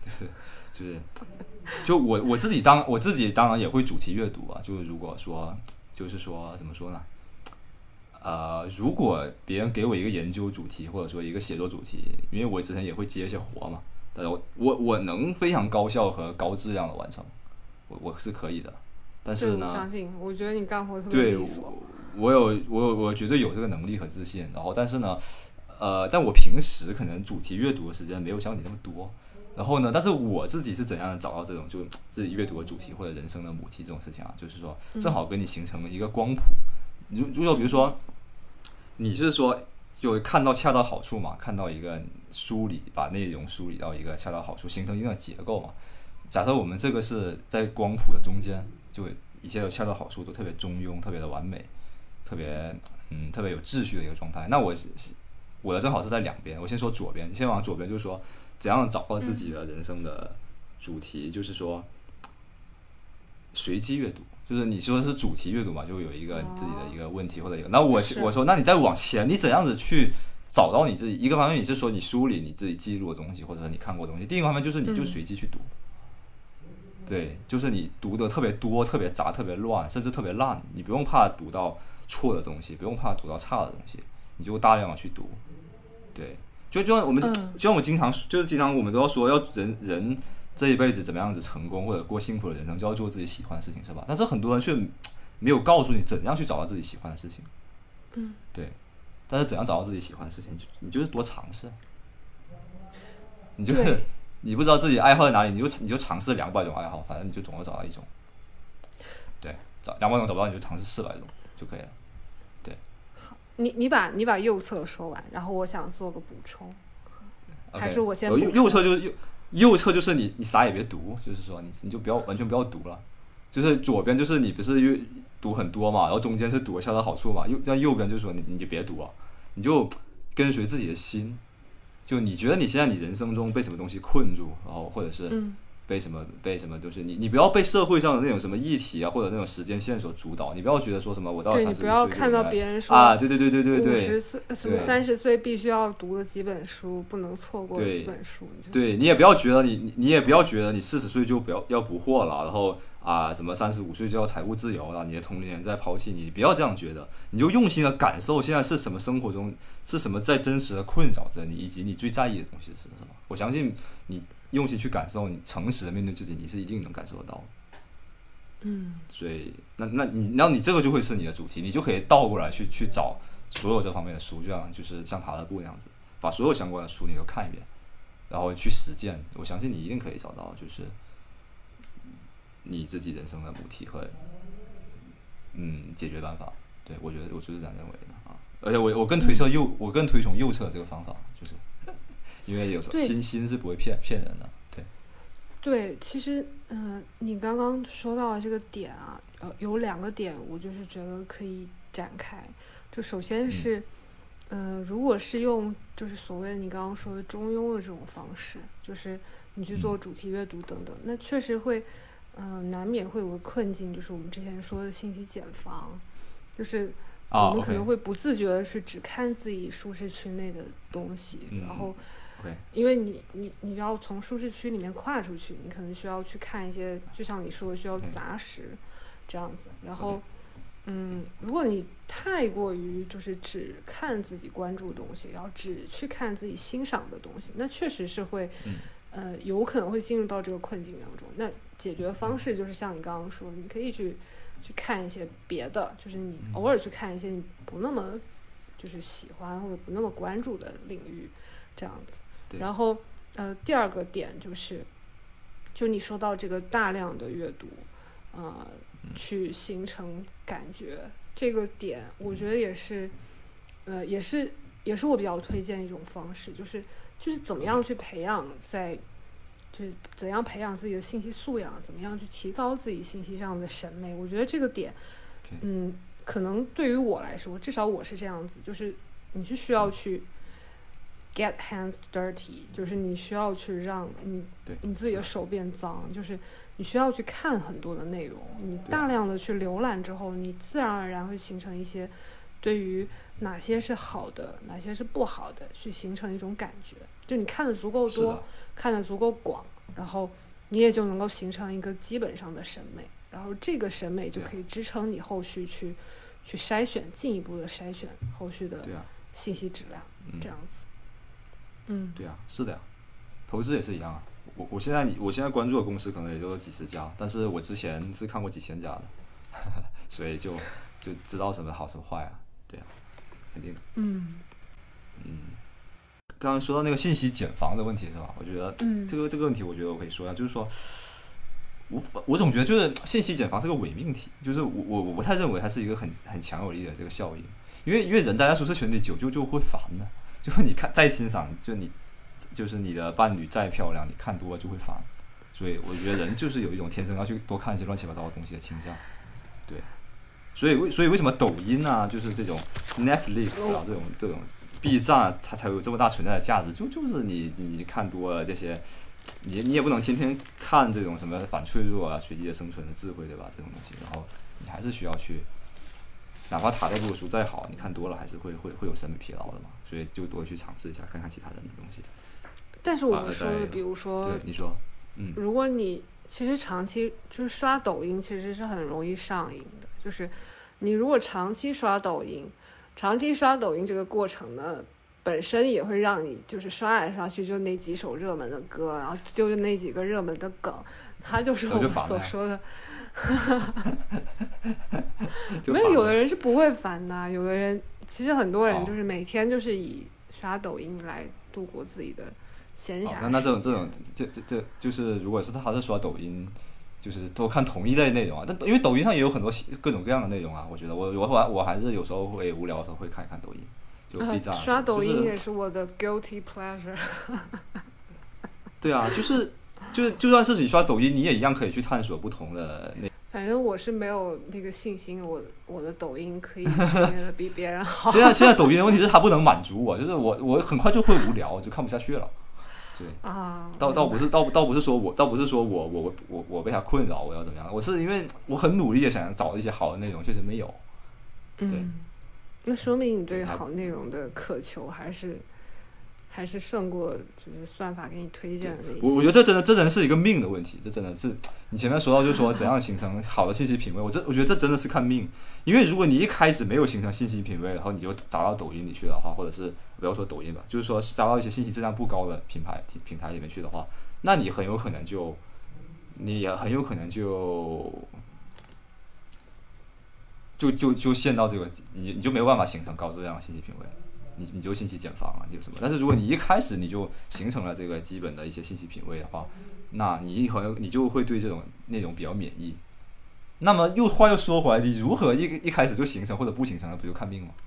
就我自己当然也会主题阅读啊，就是如果说就是说怎么说呢，如果别人给我一个研究主题或者说一个写作主题，因为我之前也会接一些活嘛，但是我能非常高效和高质量的完成，我是可以的，但是呢， 我相信，我觉得你干活特别利索。 我绝对有这个能力和自信，然后但是呢，但我平时可能主题阅读的时间没有像你那么多，然后呢，但是我自己是怎样找到这种就自己阅读的主题或者人生的母题这种事情啊，就是说正好跟你形成了一个光谱。如果比如说你是说就看到恰到好处嘛，看到一个梳理，把内容梳理到一个恰到好处，形成一定的结构嘛。假设我们这个是在光谱的中间，就一切都恰到好处，都特别中庸，特别的完美。特别有秩序的一个状态。那我的正好是在两边。我先说左边，先往左边，就是说怎样找到自己的人生的主题就是说随机阅读，就是你说是主题阅读嘛，就有一个你自己的一个问题或者一个，那我说那你再往前，你怎样子去找到你自己？一个方面你是说你梳理你自己记录的东西，或者是你看过的东西；，另一个方面就是你就随机去读。对，就是你读的特别多、特别杂、特别乱，甚至特别烂，你不用怕读到错的东西，不用怕读到差的东西，你就大量的去读。对，就像我们，就像我经常我们都要说，要人这一辈子怎么样子成功或者过幸福的人生，就要做自己喜欢的事情，是吧？但是很多人却没有告诉你怎样去找到自己喜欢的事情。对。但是怎样找到自己喜欢的事情，你就是多尝试。你就是你不知道自己爱好在哪里，你就尝试200种爱好，反正你就总要找到一种。对，200种找不到你就尝试400种就可以了。对。 好，你把右侧说完，然后我想做个补充。还是我先补充。 右侧就是你啥也别读，就是说你就完全不要读了。就是左边就是你不是读很多嘛，然后中间是读一下的好处嘛，右边就是说你就别读了，你就跟随自己的心。就你觉得你现在你人生中被什么东西困住，然后或者是被什么就是你不要被社会上的那种什么议题啊或者那种时间线所主导，你不要觉得说什么我到了30岁， 你不要看到别人说啊，对 ，50岁什么30岁必须要读的几本书，不能错过的几本书。 对，你也不要觉得你也不要觉得你40岁就要不惑了，然后什么35岁就要财务自由了，你的同龄人在抛弃你，不要这样觉得，你就用心的感受现在是什么，生活中是什么在真实的困扰着你，以及你最在意的东西是什么。我相信你用心去感受，你诚实的面对自己，你是一定能感受得到的。所以那你这个就会是你的主题，你就可以倒过来去找所有这方面的书，就是像塔勒布那样子，把所有相关的书你都看一遍，然后去实践。我相信你一定可以找到就是你自己人生的母题和解决办法。对，我就是这样认为的啊。而且我更推崇右侧这个方法，就是因为有时候心是不会骗人的。 对，其实你刚刚说到的这个点啊，有2个点，我就是觉得可以展开。就首先是，如果是用就是所谓的你刚刚说的中庸的这种方式，就是你去做主题阅读等等，那确实会，难免会有个困境，就是我们之前说的信息茧房，就是我们可能会不自觉的去只看自己舒适区内的东西，然后。因为你要从舒适区里面跨出去，你可能需要去看一些，就像你说的需要杂食这样子。然后，如果你太过于就是只看自己关注的东西，然后只去看自己欣赏的东西，那确实是会，有可能会进入到这个困境当中。那解决方式就是像你刚刚说，你可以去看一些别的，就是你偶尔去看一些你不那么就是喜欢或者不那么关注的领域，这样子。然后第2个点就你说到这个大量的阅读去形成感觉，这个点我觉得也是我比较推荐一种方式，就是怎么样去培养就是怎样培养自己的信息素养，怎么样去提高自己信息上的审美。我觉得这个点可能对于我来说，至少我是这样子，就是你是需要去get hands dirty， 就是你需要去让你自己的手变脏，就是你需要去看很多的内容，你大量的去浏览之后，你自然而然会形成一些对于哪些是好的哪些是不好的去形成一种感觉，就你看的足够多，看的足够广，然后你也就能够形成一个基本上的审美，然后这个审美就可以支撑你后续去筛选，进一步的筛选后续的信息质量，这样子。 对啊，是的呀，投资也是一样啊。我现在关注的公司可能也就几十家，但是我之前是看过几千家的，所以就知道什么好什么坏啊。对啊，肯定的。刚刚说到那个信息茧房的问题是吧？我觉得这个问题，我觉得我可以说一下，就是说，我总觉得就是信息茧房是个伪命题，就是我不太认为它是一个很强有力的这个效应，因为人待在舒适圈里久就会烦的。就是你看再欣赏，就是你的伴侣再漂亮，你看多了就会烦。所以我觉得人就是有一种天生要去多看一些乱七八糟的东西的倾向。对，所以为什么抖音啊，就是这种 Netflix 啊，这种 B 站它才有这么大存在的价值，就是你看多了这些你也不能天天看这种什么反脆弱啊、随机的生存的智慧，对吧？这种东西，然后你还是需要去，哪怕塔勒布的书再好，你看多了还是会有审美疲劳的嘛。所以就多去尝试一下，看看其他人的东西。 但是我们说的，比如说， 对你说， 如果你其实长期就是刷抖音，其实是很容易上瘾的。就是你如果长期刷抖音这个过程呢，本身也会让你就是刷来刷去就那几首热门的歌，然后就是那几个热门的梗，它就是我们所说的。没有的人是不会烦的，有的人其实很多人就是每天就是以刷抖音来度过自己的闲暇。 那这就是如果是他是刷抖音，就是都看同一类内容啊。但因为抖音上也有很多各种各样的内容啊，我觉得我还是有时候会无聊的时候会看一看抖音，就 B 站。 刷抖音也是我的 guilty pleasure。 对啊，就算是你刷抖音，你也一样可以去探索不同的那。 反正我是没有那个信心，我的抖音可以训练的比别人好。 现在抖音的问题是它不能满足我，就是我很快就会无聊，就看不下去了。对啊， 倒不是说我被它困扰，我要怎么样？我是因为我很努力的想找一些好的内容，确实没有。对， 那说明你对好内容的渴求还是胜过就是算法给你推荐的那些。 我觉得这真的是一个命的问题，这真的是你前面说到就是说怎样形成好的信息品味，我觉得这真的是看命。因为如果你一开始没有形成信息品味，然后你就砸到抖音里去的话，或者是不要说抖音吧，就是说砸到一些信息质量不高的平台里面去的话，那你很有可能就陷到这个你就没有办法形成高质量的信息品味。你就信息茧房了，你就什么？但是如果你一开始你就形成了这个基本的一些信息品味的话，那你就会对这种内容比较免疫。那么话又说回来，你如何一开始就形成或者不形成的，不就看命吗？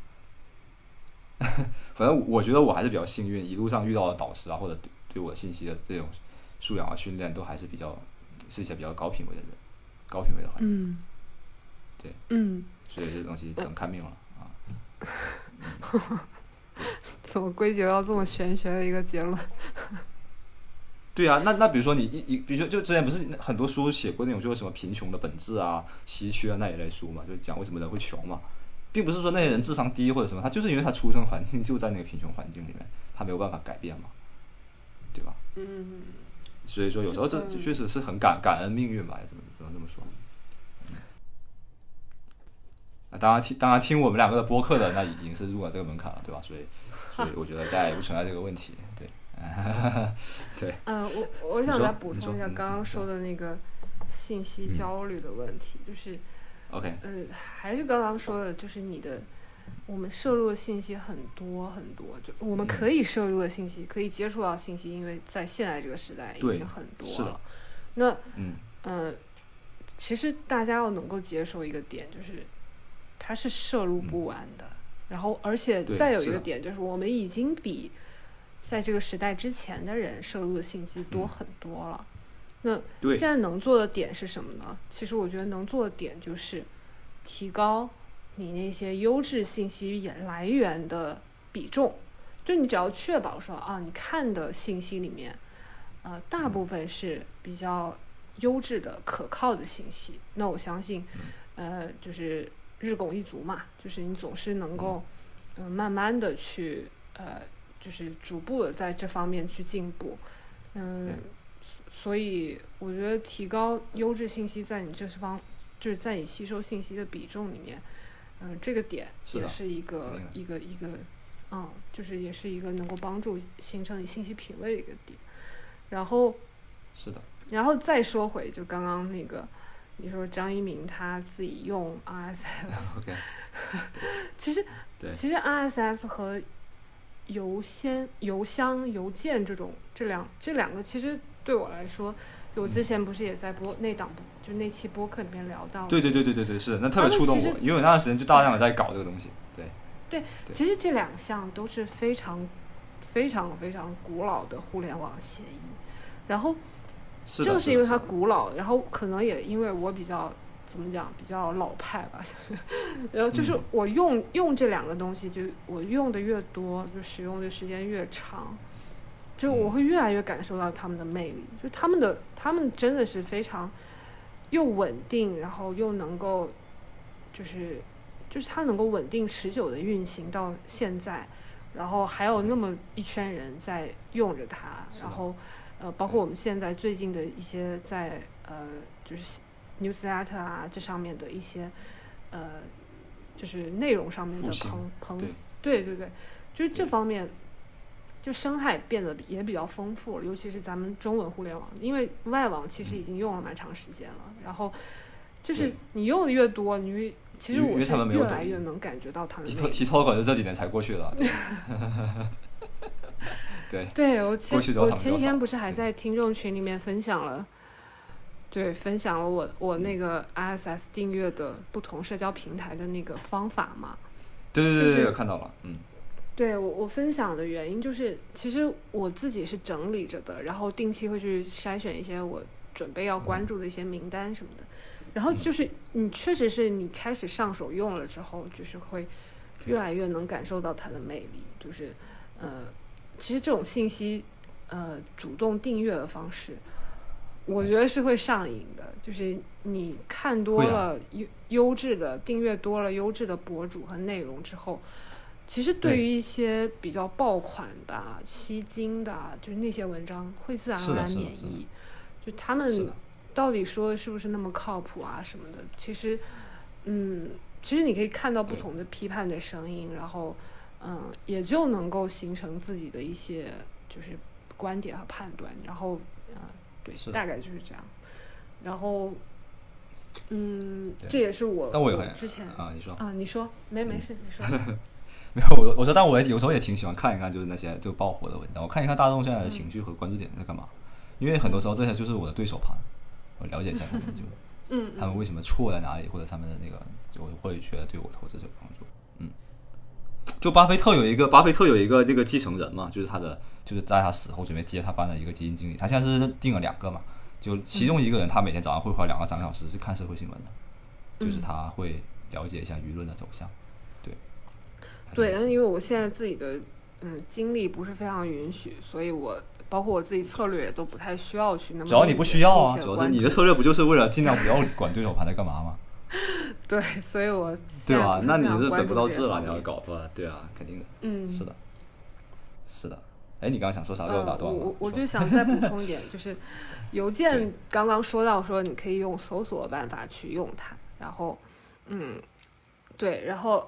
反正我觉得我还是比较幸运，一路上遇到的导师啊，或者对我信息的这种素养啊训练，都还是一些比较高品位的人，高品位的环境。对，所以这东西只能看命了啊。 怎么归结到这么玄学的一个结论？ 对啊，那比如说比如说就之前不是很多书写过那种就是什么贫穷的本质啊、稀缺啊那一类书嘛，就讲为什么人会穷嘛，并不是说那些人智商低或者什么，他就是因为他出生环境就在那个贫穷环境里面，他没有办法改变嘛，对吧？所以说有时候这确实是很感恩命运吧，只能这么说。当然听我们两个的播客的那已经是入了这个门槛了，对吧？所以我觉得大家也不存在这个问题，对。对。 我想再补充一下刚刚说的那个信息焦虑的问题，就是 OK， 还是刚刚说的，就是我们摄入的信息很多，就我们可以摄入的信息，可以接触到信息，因为在现在这个时代已经很多了。是的。那其实大家要能够接受一个点，就是它是摄入不完的。然后而且再有一个点，就是我们已经比在这个时代之前的人摄入的信息多很多了。那现在能做的点是什么呢？其实我觉得能做的点就是提高你那些优质信息来源的比重。就你只要确保说你看的信息里面大部分是比较优质的可靠的信息，那我相信就是日拱一卒嘛，就是你总是能够慢慢的去就是逐步的在这方面去进步。所以我觉得提高优质信息在你就是在你吸收信息的比重里面，这个点也是一个就是也是一个能够帮助形成你信息品味的一个点。然后是的， 然后再说回就刚刚那个你说张一鸣他自己用 RSS， okay. 其实 RSS 和邮箱、邮件这两个，其实对我来说，我之前不是也在那期播客里面聊到， 对，是那特别触动我，因为我那段时间就大量的在搞这个东西，对， 其实这两项都是非常非常非常古老的互联网协议，然后正是因为它古老，然后可能也因为我比较怎么讲比较老派吧，然后就是我用这两个东西，就我用的越多，就使用的时间越长， 就我会越来越感受到他们的魅力，就他们真的是非常又稳定，然后又能够就是它能够稳定持久的运行到现在，然后还有那么一圈人在用着它，然后包括我们现在最近的一些在就是 newsletter 啊这上面的一些就是内容上面的对，就是这方面就生态变得也比较丰富了，尤其是咱们中文互联网，因为外网其实已经用了蛮长时间了，然后就是你用的越多，其实我是越来越能感觉到他们的 TikTok 是这几年才过去的。 对，我前几天不是还在听众群里面分享了我那个 RSS 订阅的不同社交平台的那个方法嘛？ 对，看到了， 对，我分享的原因就是，其实我自己是整理着的，然后定期会去筛选一些我准备要关注的一些名单什么的，然后就是你确实是你开始上手用了之后，就是会越来越能感受到它的魅力，就是其实这种信息主动订阅的方式，我觉得是会上瘾的，就是你看多了优质的订阅多了优质的博主和内容之后，其实对于一些比较爆款的吸睛的就是那些文章会自然而然免疫，就他们到底说的是不是那么靠谱啊什么的，其实你可以看到不同的批判的声音，然后也就能够形成自己的一些就是观点和判断，然后对，大概就是这样。然后这也是我之前你说没事你说。 没有，我说，但我有时候也挺喜欢看一看，就是那些就爆火的文章，我看一看大众现在的情绪和关注点在干嘛，因为很多时候这些就是我的对手盘，我了解一下他们就他们为什么错在哪里，或者他们的那个就会觉得对我投资者有帮助。就巴菲特有一个这个继承人嘛，就是就是在他死后准备接他班的一个基金经理，他现在是定了2个嘛，就其中一个人他每天早上会花2到3个小时是看社会新闻的，就是他会了解一下舆论的走向。 对，但是因为我现在自己的精力不是非常允许，所以我包括我自己策略也都不太需要去那么。 主要你不需要啊，主要是你的策略不就是为了尽量不要管对手盘在干嘛吗？ 对，所以我对吧？那你是本不到治了，你要搞是吧？对啊，肯定的。是的。哎，你刚刚想说啥？被我打断了。 我就想再补充一点，就是邮件刚刚说到说你可以用搜索办法去用它，然后对，然后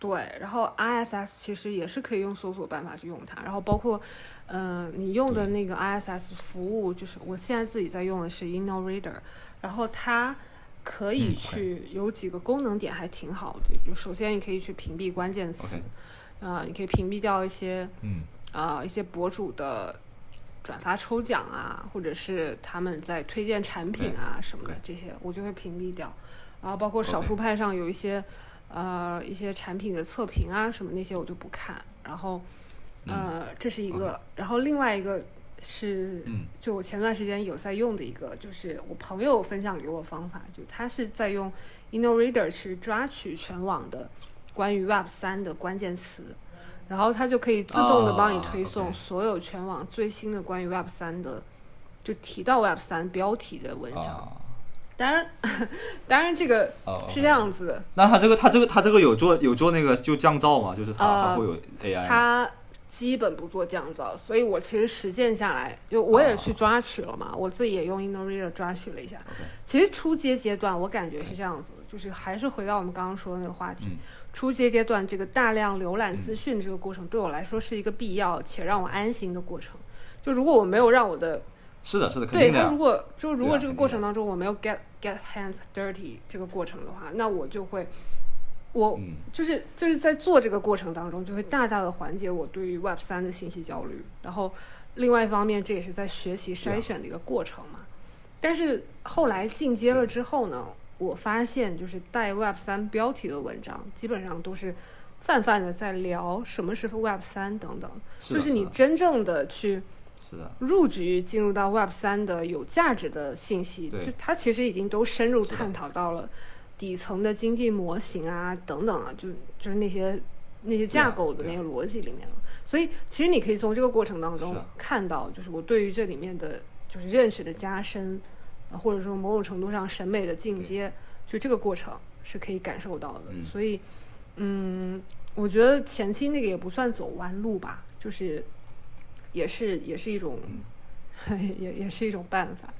RSS 其实也是可以用搜索办法去用它，然后包括你用的那个 RSS 服务，就是我现在自己在用的是 InnoReader， 然后它可以去有几个功能点还挺好的，就首先你可以去屏蔽关键词，你可以屏蔽掉一些一些博主的转发抽奖啊，或者是他们在推荐产品啊什么的，这些我就会屏蔽掉，然后包括少数派上有一些一些产品的测评啊什么那些我就不看，然后这是一个，然后另外一个是就我前段时间有在用的一个，就是我朋友分享给我方法，就他是在用 InnoReader 去抓取全网的关于 Web3 的关键词，然后它就可以自动的帮你推送所有全网最新的关于 Web3 的就提到 Web3 标题的文章。当然这个是这样子的。 那他这个有做那个就降噪吗？就是他会有 AI 吗？ 他基本不做降噪，所以我其实实践下来，就我也去抓取了嘛，我自己也用 InnoReader 抓取了一下。其实初阶段我感觉是这样子的，就是还是回到我们刚刚说的那个话题，初阶段这个大量浏览资讯这个过程对我来说是一个必要且让我安心的过程。就如果我没有让我的是的，肯定的。 对，他如果这个过程当中我没有 get hands dirty 这个过程的话，那我就会就是在做这个过程当中就会大大的缓解我对于 Web3 的信息焦虑，然后另外一方面这也是在学习筛选的一个过程嘛。但是后来进阶了之后呢，我发现就是带 Web3 标题的文章基本上都是泛泛的在聊什么是 Web3 等等，就是你真正的去入局进入到 Web3 的有价值的信息，就它其实已经都深入探讨到了底层的经济模型啊等等啊，就是那些架构的那个逻辑里面了。 所以其实你可以从这个过程当中是看到，就是我对于这里面的就是认识的加深，或者说某种程度上审美的进阶，就这个过程是可以感受到的。所以我觉得前期那个也不算走弯路吧，就是也是一种也是一种办法。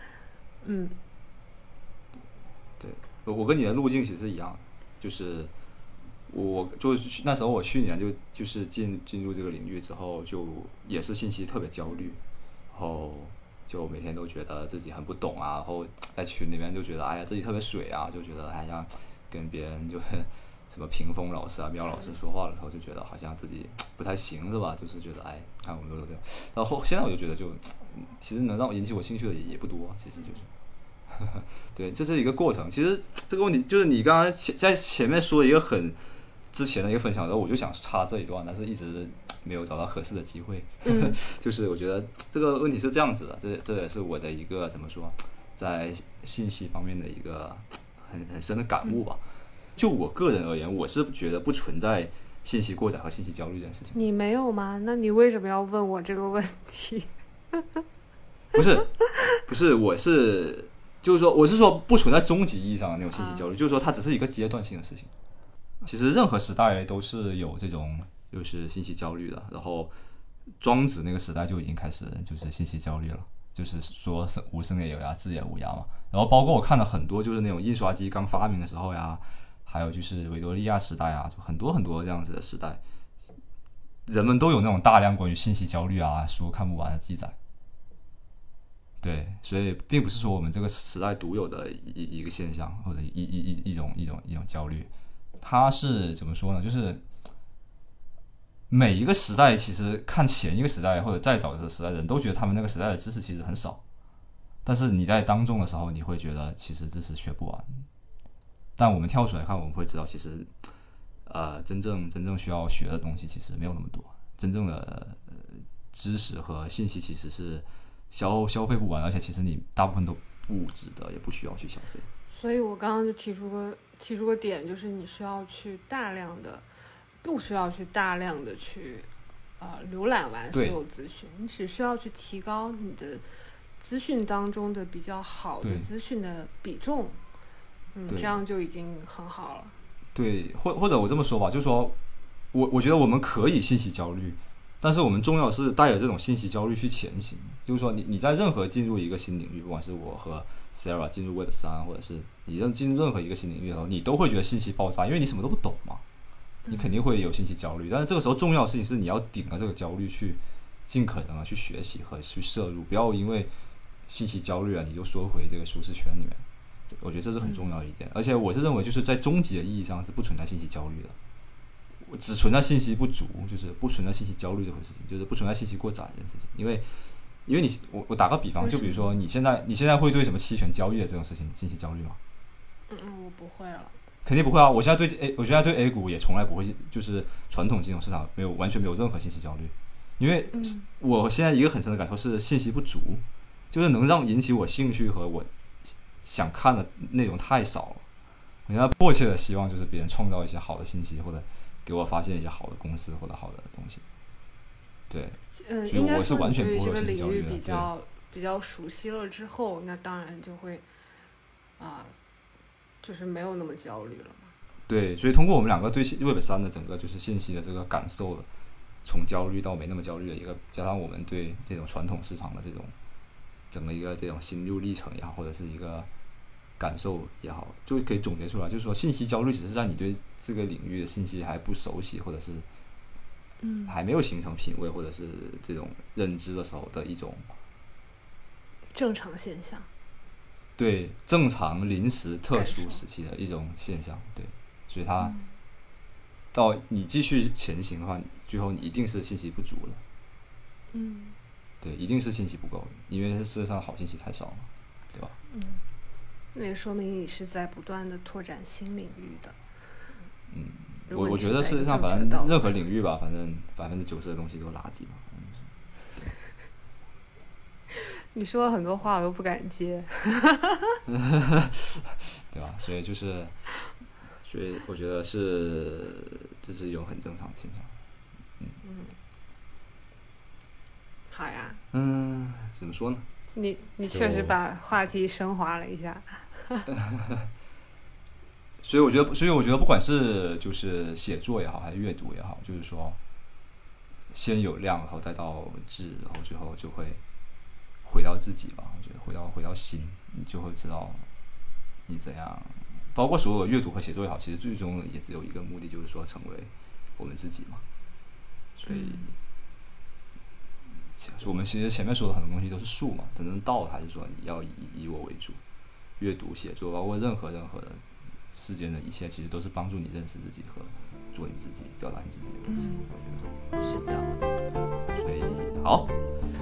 对，我跟你的路径其实一样的，就是我就是那时候我去年就是进入这个领域之后，就也是信息特别焦虑，然后就每天都觉得自己很不懂啊，然后在群里面就觉得哎呀自己特别水啊，就觉得哎呀跟别人就是什么屏风老师啊、喵老师说话的时候，就觉得好像自己不太行是吧？就是觉得哎，看我们都是这样。然后现在我就觉得其实能让我引起我兴趣的也不多，其实就是。对，这是一个过程。其实这个问题就是你刚刚在前面说一个之前的一个分享的时候，我就想插这一段，但是一直没有找到合适的机会。就是我觉得这个问题是这样子的，这也是我的一个怎么说，在信息方面的一个很深的感悟吧。就我个人而言，我是觉得不存在信息过载和信息焦虑这件事情。 你没有吗？那你为什么要问我这个问题？ 不是，我是说不存在终极意义上的那种信息焦虑，就是说它只是一个阶段性的事情。其实任何时代都是有这种就是信息焦虑的，然后庄子那个时代就已经开始就是信息焦虑了，就是说无声也有呀，智也无涯嘛。然后包括我看了很多就是那种印刷机刚发明的时候呀，还有就是维多利亚时代啊，就很多很多这样子的时代，人们都有那种大量关于信息焦虑啊、书看不完的记载。对，所以并不是说我们这个时代独有的一个现象，或者一种焦虑。它是怎么说呢？就是每一个时代，其实看前一个时代或者再早的时代，人都觉得他们那个时代的知识其实很少，但是你在当众的时候，你会觉得其实知识学不完。但我们跳出来看，我们会知道，其实真正需要学的东西其实没有那么多，真正的知识和信息其实是消费不完，而且其实你大部分都不值得，也不需要去消费。 所以我刚刚就提出个点，就是你需要去不需要去大量的去浏览完所有资讯，你只需要去提高你的资讯当中的比较好的资讯的比重，这样就已经很好了。 对，或者我这么说吧，就是说我觉得我们可以信息焦虑，但是我们重要是带着这种信息焦虑去前行。就是说你在任何进入一个新领域，不管是我和 Sarah 进入 Web3， 或者是你进入任何一个新领域的时候，你都会觉得信息爆炸，因为你什么都不懂嘛，你肯定会有信息焦虑。但是这个时候重要的事情是你要顶着这个焦虑去尽可能的去学习和去摄入，不要因为信息焦虑你就缩回这个舒适圈里面。我觉得这是很重要的一点。而且我是认为就是在终极的意义上是不存在信息焦虑的，只存在信息不足，就是不存在信息焦虑这回事情，就是不存在信息过载这件事情。因为我打个比方，就比如说你现在会对什么期权交易的这种事情信息焦虑吗？ 我不会了。 肯定不会啊！我现在对 A 股也从来不会，就是传统金融市场完全没有任何信息焦虑，因为我现在一个很深的感受是信息不足，就是能让引起我兴趣和我想看的内容太少了。我现在迫切的希望就是别人创造一些好的信息，或者给我发现一些好的公司或者好的东西。对， 应该我是完全不会有这个信息焦虑的。 比较熟悉了之后，那当然就会就是没有那么焦虑了嘛。 对，所以通过我们两个对 Web3 的整个就是信息的这个感受的，从焦虑到没那么焦虑的一个，加上我们对这种传统市场的这种整个一个这种心路历程也好，或者是一个感受也好，就可以总结出来，就是说信息焦虑只是在你对这个领域的信息还不熟悉，或者是还没有形成品味或者是这种认知的时候的一种正常现象。 对，正常临时特殊时期的一种现象。对，所以它到你继续前行的话，最后你一定是信息不足的。对，一定是信息不够，因为事实上好信息太少了，对吧？ 那也说明你是在不断的拓展新领域的。 我觉得事实上反正任何领域吧，反正90%的东西都垃圾嘛。 你说了很多话我都不敢接。 对吧？所以我觉得这是一种很正常的现象。 好呀。 怎么说呢？ 你确实把话题升华了一下。 所以我觉得不管是就是写作也好，还是阅读也好，就是说先有量，然后再到质，然后最后就会回到自己吧。我觉得回到心，你就会知道你怎样。包括所有的阅读和写作也好，其实最终也只有一个目的，就是说成为我们自己嘛。所以，我们其实前面说的很多东西都是术嘛，真正道还是说你要以我为主。阅读、写作，包括任何的世间的一切，其实都是帮助你认识自己和做你自己、表达你自己的东西。我觉得是的。 所以好，